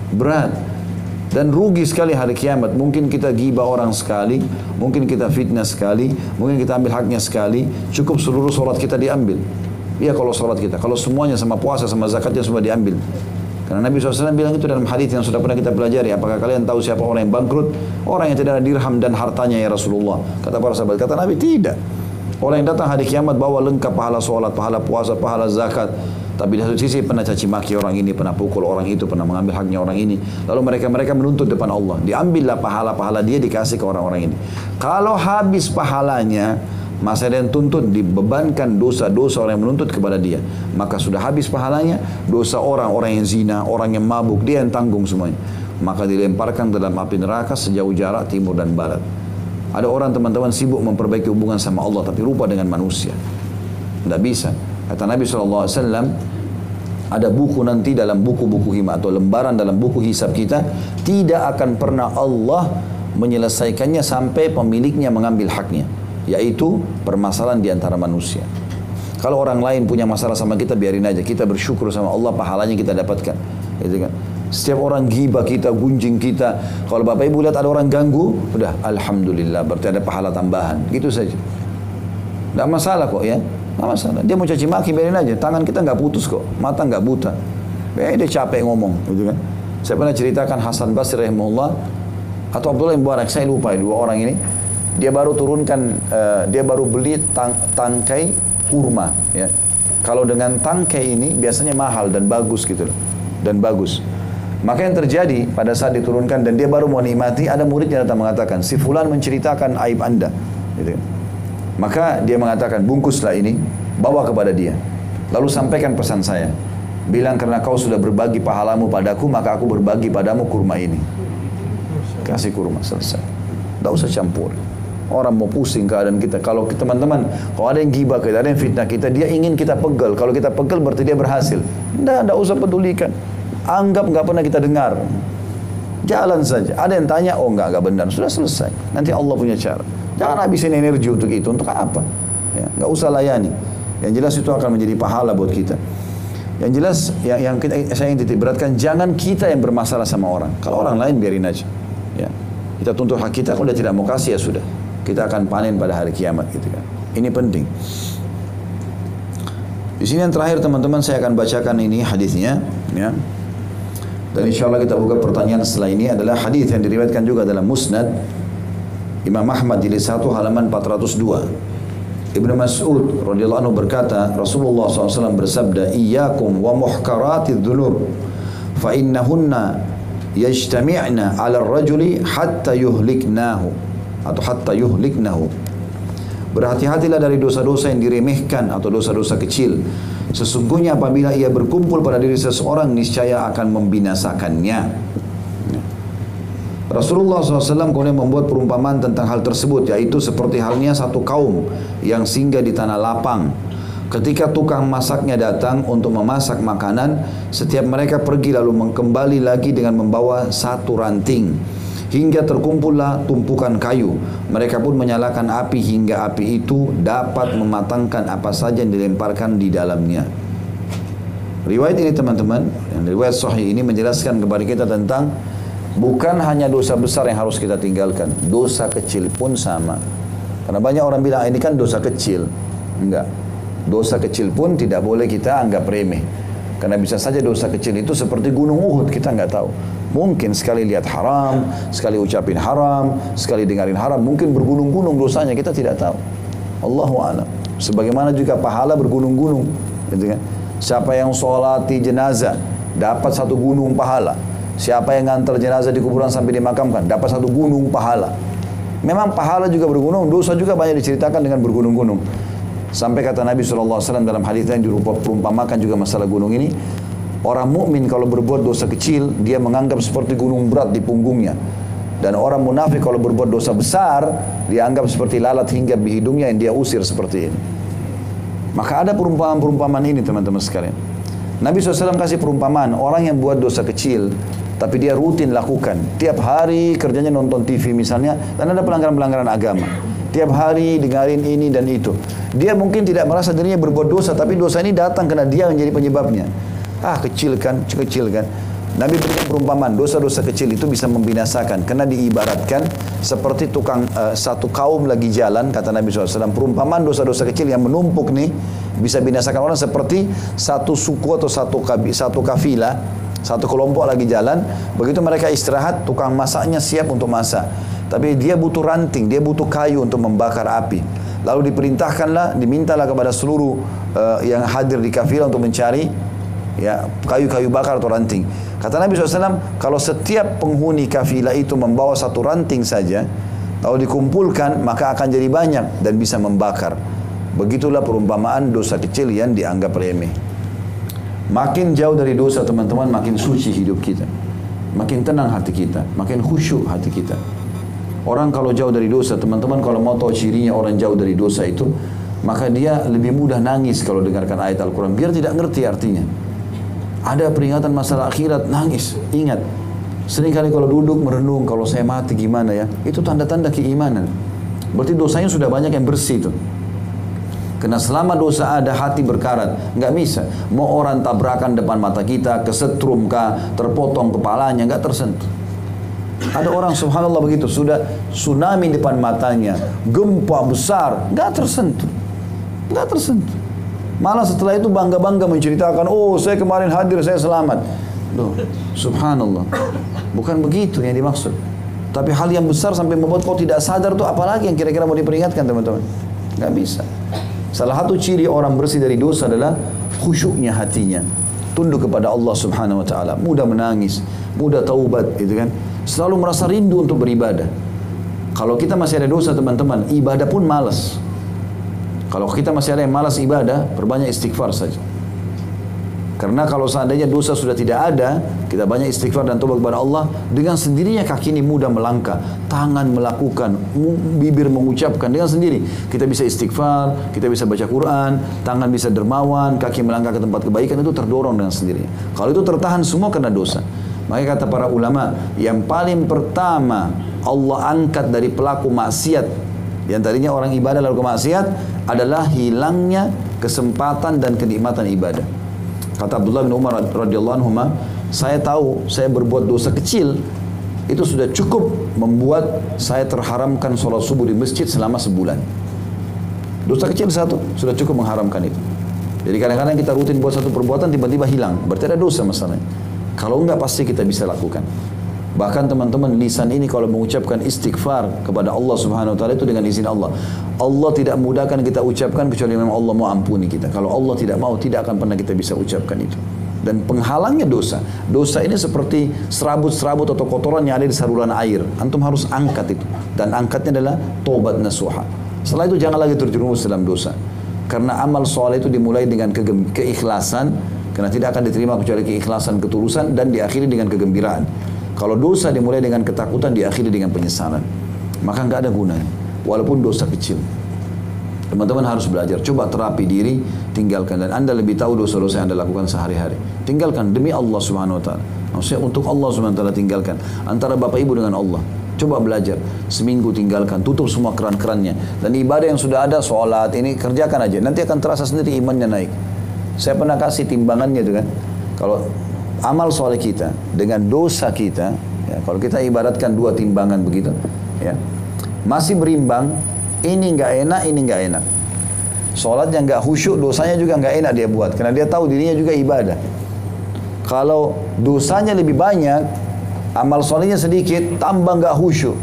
Dan rugi sekali hari kiamat. Mungkin kita gibah orang sekali. Mungkin kita fitnah sekali. Mungkin kita ambil haknya sekali. Cukup seluruh sholat kita diambil. Iya kalau sholat kita. Kalau semuanya sama puasa sama zakatnya semua diambil. Karena Nabi SAW bilang itu dalam hadis yang sudah pernah kita pelajari. Apakah kalian tahu siapa orang yang bangkrut? Orang yang tidak ada dirham dan hartanya ya Rasulullah. Kata para sahabat. Kata Nabi, tidak. Orang yang datang hari kiamat bawa lengkap pahala sholat, pahala puasa, pahala zakat. Tapi di satu sisi pernah caci maki orang ini, pernah pukul orang itu, pernah mengambil haknya orang ini. Lalu mereka menuntut depan Allah. Diambillah pahala-pahala dia dikasih ke orang-orang ini. Kalau habis pahalanya, masa dia tuntut dibebankan dosa-dosa orang yang menuntut kepada dia. Maka sudah habis pahalanya, dosa orang yang zina, orang yang mabuk, dia yang tanggung semuanya. Maka dilemparkan dalam api neraka sejauh jarak timur dan barat. Ada orang teman-teman sibuk memperbaiki hubungan sama Allah tapi lupa dengan manusia. Tidak bisa. Kata Nabi SAW, ada buku nanti dalam buku-buku hima atau lembaran dalam buku hisab kita, tidak akan pernah Allah menyelesaikannya sampai pemiliknya mengambil haknya. Yaitu permasalahan di antara manusia. Kalau orang lain punya masalah sama kita, biarin aja. Kita bersyukur sama Allah, pahalanya kita dapatkan. Gitu kan. Setiap orang ghibah kita, gunjing kita. Kalau Bapak Ibu lihat ada orang ganggu, udah Alhamdulillah, berarti ada pahala tambahan. Gitu saja. Nggak masalah kok ya. Nggak masalah. Dia mau caci maki, biarin aja. Tangan kita nggak putus kok. Mata nggak buta. Dia capek ngomong. Gitu kan. Saya pernah ceritakan Hasan Basri rahimahullah atau Abdullah bin Mubarak, saya lupa dua orang ini. Dia baru dia baru beli tangkai kurma. Ya. Kalau dengan tangkai ini biasanya mahal dan bagus gitu loh. Dan bagus. Maka yang terjadi pada saat diturunkan dan dia baru mau nikmati, ada muridnya datang mengatakan, si fulan menceritakan aib anda. Gitu. Maka dia mengatakan, bungkuslah ini, bawa kepada dia. Lalu sampaikan pesan saya. Bilang karena kau sudah berbagi pahalamu padaku, maka aku berbagi padamu kurma ini. Kasih kurma, selesai. Tidak usah campur. Orang mau pusing keadaan kita. Kalau teman-teman, kalau ada yang gibah kita, ada yang fitnah kita, dia ingin kita pegel. Kalau kita pegel berarti dia berhasil. Tidak usah pedulikan. Anggap nggak pernah kita dengar. Jalan saja. Ada yang tanya, oh nggak benar. Sudah selesai. Nanti Allah punya cara. Jangan habisin energi untuk itu. Untuk apa? Ya, nggak usah layani. Yang jelas itu akan menjadi pahala buat kita. Yang jelas, saya ingin titik beratkan, jangan kita yang bermasalah sama orang. Kalau orang lain biarin aja. Ya. Kita tuntut hak kita, kalau dia tidak mau kasih ya sudah. Kita akan panen pada hari kiamat gitu kan. Ini penting. Di sini yang terakhir teman-teman saya akan bacakan ini hadisnya, ya. Dan insya Allah kita buka pertanyaan setelah ini adalah hadis yang diriwayatkan juga dalam Musnad Imam Ahmad jilid 1 halaman 402. Ibnu Mas'ud radhiyallahu anhu berkata, Rasulullah SAW bersabda, "Iyyakum wa muhkaratidz dzunub, fa innahunna yajtami'na 'ala ar-rajuli hatta yuhliknahu atau hatta yuhliknahu." Berhati-hatilah dari dosa-dosa yang diremehkan atau dosa-dosa kecil. Sesungguhnya apabila ia berkumpul pada diri seseorang, niscaya akan membinasakannya. Rasulullah SAW kemudian membuat perumpamaan tentang hal tersebut, yaitu seperti halnya satu kaum yang singgah di tanah lapang. Ketika tukang masaknya datang untuk memasak makanan, setiap mereka pergi lalu kembali lagi dengan membawa satu ranting. Hingga terkumpullah tumpukan kayu. Mereka pun menyalakan api hingga api itu dapat mematangkan apa saja yang dilemparkan di dalamnya. Riwayat ini teman-teman, yang riwayat sahih ini menjelaskan kepada kita tentang bukan hanya dosa besar yang harus kita tinggalkan, dosa kecil pun sama. Karena banyak orang bilang ini kan dosa kecil. Enggak. Dosa kecil pun tidak boleh kita anggap remeh. Karena bisa saja dosa kecil itu seperti gunung Uhud, kita nggak tahu. Mungkin sekali lihat haram, sekali ucapin haram, sekali dengarin haram, mungkin bergunung-gunung dosanya, kita tidak tahu. Allahu a'lam. Sebagaimana juga pahala bergunung-gunung, gitu kan? Siapa yang sholati jenazah dapat satu gunung pahala. Siapa yang ngantar jenazah di kuburan sampai dimakamkan dapat satu gunung pahala. Memang pahala juga bergunung, dosa juga banyak diceritakan dengan bergunung-gunung. Sampai kata Nabi SAW dalam hadis yang diperumpamakan juga masalah gunung ini, orang mukmin kalau berbuat dosa kecil, dia menganggap seperti gunung berat di punggungnya. Dan orang munafik kalau berbuat dosa besar, dia anggap seperti lalat hingga di hidungnya yang dia usir seperti ini. Maka ada perumpamaan-perumpamaan ini teman-teman sekalian. Nabi SAW kasih perumpamaan, orang yang buat dosa kecil, tapi dia rutin lakukan. Tiap hari kerjanya nonton TV misalnya, dan ada pelanggaran-pelanggaran agama. Tiap hari dengarin ini dan itu. Dia mungkin tidak merasa dirinya berbuat dosa, tapi dosa ini datang karena dia menjadi penyebabnya. Kecil kan. Nabi berikan perumpamaan, dosa-dosa kecil itu bisa membinasakan. Karena diibaratkan seperti satu kaum lagi jalan, kata Nabi SAW. Perumpamaan dosa-dosa kecil yang menumpuk nih, bisa binasakan orang seperti satu suku atau satu kafilah, satu kelompok lagi jalan. Begitu mereka istirahat, tukang masaknya siap untuk masak. Tapi dia butuh ranting, dia butuh kayu untuk membakar api. Lalu dimintalah kepada seluruh yang hadir di kafilah untuk mencari ya kayu-kayu bakar atau ranting. Kata Nabi SAW, kalau setiap penghuni kafilah itu membawa satu ranting saja, lalu dikumpulkan, maka akan jadi banyak dan bisa membakar. Begitulah perumpamaan dosa kecil yang dianggap remeh. Makin jauh dari dosa teman-teman, makin suci hidup kita. Makin tenang hati kita, makin khusyuk hati kita. Orang kalau jauh dari dosa, teman-teman kalau mau tahu cirinya orang jauh dari dosa itu, maka dia lebih mudah nangis kalau dengarkan ayat Al-Quran, biar tidak ngerti artinya. Ada peringatan masalah akhirat, nangis, ingat. Seringkali kalau duduk merenung, kalau saya mati gimana ya, itu tanda-tanda keimanan. Berarti dosanya sudah banyak yang bersih itu. Karena selama dosa ada, hati berkarat. Nggak bisa. Mau orang tabrakan depan mata kita, kesetrum kah, terpotong kepalanya, nggak tersentuh. Ada orang subhanallah begitu, sudah tsunami depan matanya, gempa besar, nggak tersentuh. Nggak tersentuh. Malah setelah itu bangga-bangga menceritakan, oh saya kemarin hadir, saya selamat. Loh, subhanallah. Bukan begitu yang dimaksud. Tapi hal yang besar sampai membuat kau tidak sadar tuh apalagi yang kira-kira mau diperingatkan teman-teman. Nggak bisa. Salah satu ciri orang bersih dari dosa adalah khusyuknya hatinya. Tunduk kepada Allah subhanahu wa ta'ala. Mudah menangis, mudah taubat gitu kan. Selalu merasa rindu untuk beribadah. Kalau kita masih ada dosa teman-teman, ibadah pun malas. Kalau kita masih ada yang malas ibadah, perbanyak istighfar saja. Karena kalau seandainya dosa sudah tidak ada, kita banyak istighfar dan tobat kepada Allah, dengan sendirinya kaki ini mudah melangkah, tangan melakukan, bibir mengucapkan dengan sendiri. Kita bisa istighfar, kita bisa baca Quran, tangan bisa dermawan, kaki melangkah ke tempat kebaikan, itu terdorong dengan sendirinya. Kalau itu tertahan semua karena dosa. Makanya kata para ulama, yang paling pertama Allah angkat dari pelaku maksiat, yang tadinya orang ibadah lalu kemaksiat, adalah hilangnya kesempatan dan kenikmatan ibadah. Kata Abdullah bin Umar radhiyallahu anhu, saya tahu saya berbuat dosa kecil itu sudah cukup membuat saya terharamkan sholat subuh di masjid selama sebulan. Dosa kecil satu sudah cukup mengharamkan itu. Jadi kadang-kadang kita rutin buat satu perbuatan tiba-tiba hilang, berarti ada dosa masalahnya. Kalau enggak pasti kita bisa lakukan. Bahkan teman-teman, lisan ini kalau mengucapkan istighfar kepada Allah subhanahu wa ta'ala itu dengan izin Allah. Allah tidak mudahkan kita ucapkan kecuali memang Allah mau ampuni kita. Kalau Allah tidak mau, tidak akan pernah kita bisa ucapkan itu. Dan penghalangnya dosa. Dosa ini seperti serabut-serabut atau kotoran yang ada di saluran air. Antum harus angkat itu. Dan angkatnya adalah taubat nasuha. Setelah itu jangan lagi terjerumus dalam dosa. Karena amal soleh itu dimulai dengan keikhlasan. Karena tidak akan diterima kecuali keikhlasan, ketulusan, dan diakhiri dengan kegembiraan. Kalau dosa dimulai dengan ketakutan, diakhiri dengan penyesalan. Maka nggak ada gunanya. Walaupun dosa kecil. Teman-teman harus belajar. Coba terapi diri, tinggalkan. Dan Anda lebih tahu dosa-dosa yang Anda lakukan sehari-hari. Tinggalkan demi Allah subhanahu wa ta'ala. Maksudnya untuk Allah subhanahu wa ta'ala tinggalkan. Antara bapak ibu dengan Allah. Coba belajar. Seminggu tinggalkan. Tutup semua keran-kerannya. Dan ibadah yang sudah ada, sholat, ini kerjakan aja. Nanti akan terasa sendiri imannya naik. Saya pernah kasih timbangannya itu kan. Kalau amal soleh kita dengan dosa kita, ya, kalau kita ibaratkan dua timbangan begitu, ya, masih berimbang, ini nggak enak, ini nggak enak. Sholatnya nggak khusyuk, dosanya juga nggak enak dia buat, karena dia tahu dirinya juga ibadah. Kalau dosanya lebih banyak, amal solehnya sedikit, tambah nggak khusyuk.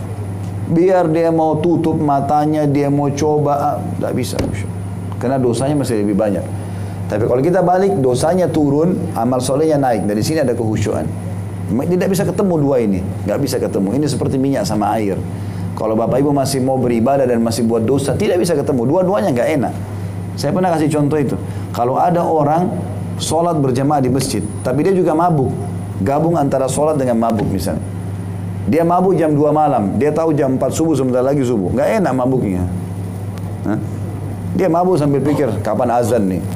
Biar dia mau tutup matanya, dia mau coba, nggak bisa khusyuk, karena dosanya masih lebih banyak. Tapi kalau kita balik, dosanya turun, amal solehnya naik. Dari sini ada kehusyuan. Tidak bisa ketemu dua ini. Nggak bisa ketemu. Ini seperti minyak sama air. Kalau bapak ibu masih mau beribadah dan masih buat dosa, tidak bisa ketemu. Dua-duanya nggak enak. Saya pernah kasih contoh itu. Kalau ada orang sholat berjamaah di masjid, tapi dia juga mabuk. Gabung antara sholat dengan mabuk misalnya. Dia mabuk jam 2 malam. Dia tahu jam 4 subuh, sebentar lagi subuh. Nggak enak mabuknya. Hah? Dia mabuk sambil pikir, kapan azan nih?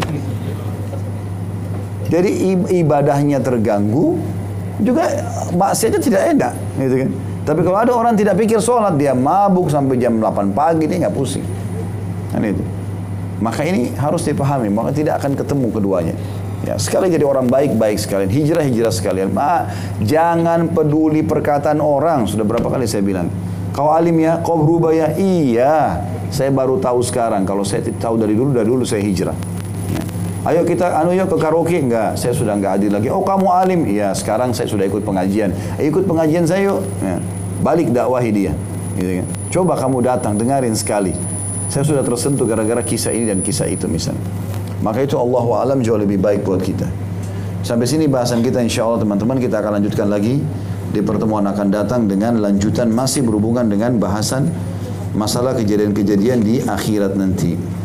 Jadi ibadahnya terganggu, juga maksiatnya tidak enak, gitu kan? Tapi kalau ada orang tidak pikir sholat, dia mabuk sampai jam 8 pagi, dia nggak pusing. Kan itu. Maka ini harus dipahami, maka tidak akan ketemu keduanya. Ya, sekali jadi orang baik-baik sekalian, hijrah sekalian. Jangan peduli perkataan orang. Sudah berapa kali saya bilang, kau alim ya, kau berubah ya. Iya, saya baru tahu sekarang. Kalau saya tahu dari dulu saya hijrah. Ya. Ayo kita yuk ke karaoke. Enggak, saya sudah enggak hadir lagi. Oh kamu alim? Iya, sekarang saya sudah ikut pengajian. Ikut pengajian saya yuk. Ya. Balik dakwahi dia. Gitu kan. Coba kamu datang, dengarin sekali. Saya sudah tersentuh gara-gara kisah ini dan kisah itu misalnya. Maka itu Allahu a'lam jauh lebih baik buat kita. Sampai sini bahasan kita, insya Allah teman-teman. Kita akan lanjutkan lagi di pertemuan akan datang dengan lanjutan masih berhubungan dengan bahasan masalah kejadian-kejadian di akhirat nanti.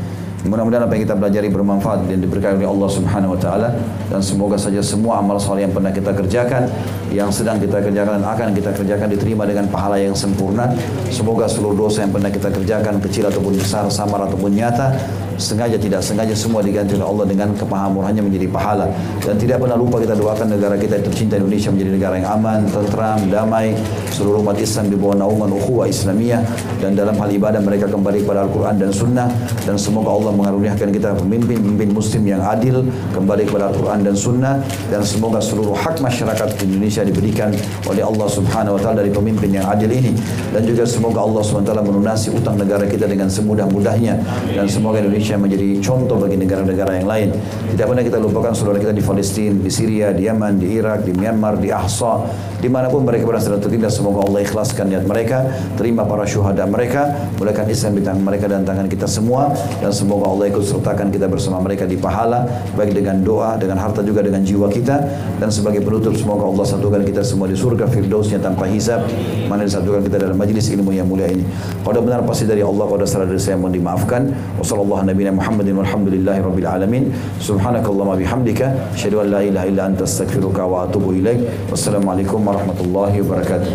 Mudah-mudahan apa yang kita pelajari bermanfaat dan diberkahi oleh Allah Subhanahu wa taala, dan semoga saja semua amal saleh yang pernah kita kerjakan, yang sedang kita kerjakan dan akan kita kerjakan diterima dengan pahala yang sempurna. Semoga seluruh dosa yang pernah kita kerjakan, kecil ataupun besar, samar ataupun nyata, sengaja tidak sengaja, semua diganti oleh Allah dengan kepahamurannya menjadi pahala. Dan tidak pernah lupa kita doakan negara kita yang tercinta Indonesia menjadi negara yang aman, tentram, damai, seluruh umat Islam di bawah naungan ukhuwah Islamiyah, dan dalam hal ibadah mereka kembali kepada Al-Quran dan Sunnah. Dan semoga Allah mengaruniakan kita pemimpin muslim yang adil, kembali kepada Al-Quran dan Sunnah, dan semoga seluruh hak masyarakat Indonesia diberikan oleh Allah Subhanahu wa taala dari pemimpin yang adil ini. Dan juga semoga Allah Subhanahu wa taala melunasi utang negara kita dengan semudah-mudahnya, dan semoga Indonesia menjadi contoh bagi negara-negara yang lain. Tidak pernah kita lupakan saudara kita di Palestina, di Syria, di Yaman, di Irak, di Myanmar, di Ahsa, dimanapun mereka berada sedang tertindas. Semoga Allah ikhlaskan niat mereka, terima para syuhada mereka, mulakan Islam di tangan mereka dan tangan kita semua, dan semoga Allah ikut sertakan kita bersama mereka di pahala, baik dengan doa, dengan harta, juga dengan jiwa kita. Dan sebagai penutup, semoga Allah satukan kita semua di surga firdausnya tanpa hisab, mana disatukan kita dalam majlis ilmu yang mulia ini. Kalau benar pasti dari Allah, kalau salah dari saya mohon dimaafkan. Wassallallahu nabiyana Muhammadin walhamdulillahi rabbil alamin. Subhanakallahumma bihamdika asyhadu an la ilaha illa anta astaghfiruka wa atubu ilaik. Wassalamualaikum warahmatullahi wabarakatuh.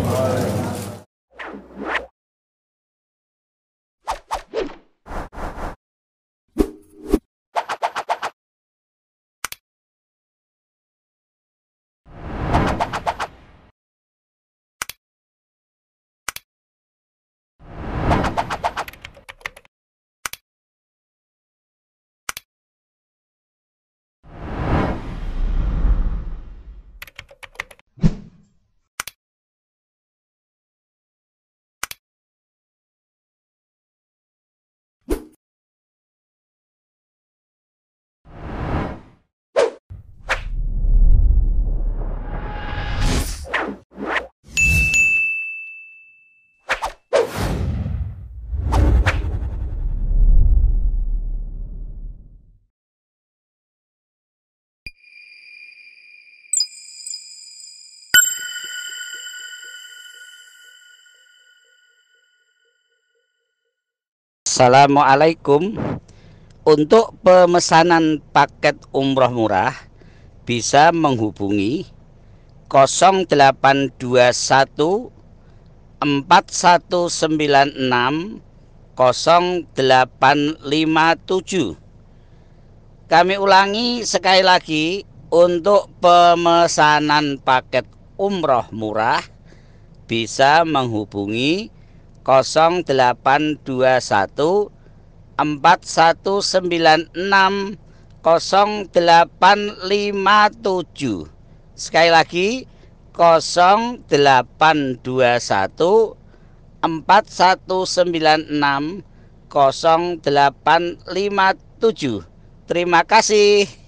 Assalamualaikum. Untuk pemesanan paket umroh murah bisa menghubungi 0821 4196 0857. Kami ulangi sekali lagi, untuk pemesanan paket umroh murah bisa menghubungi 0821 4196 0857. Sekali lagi 0821 4196 0857. Terima kasih.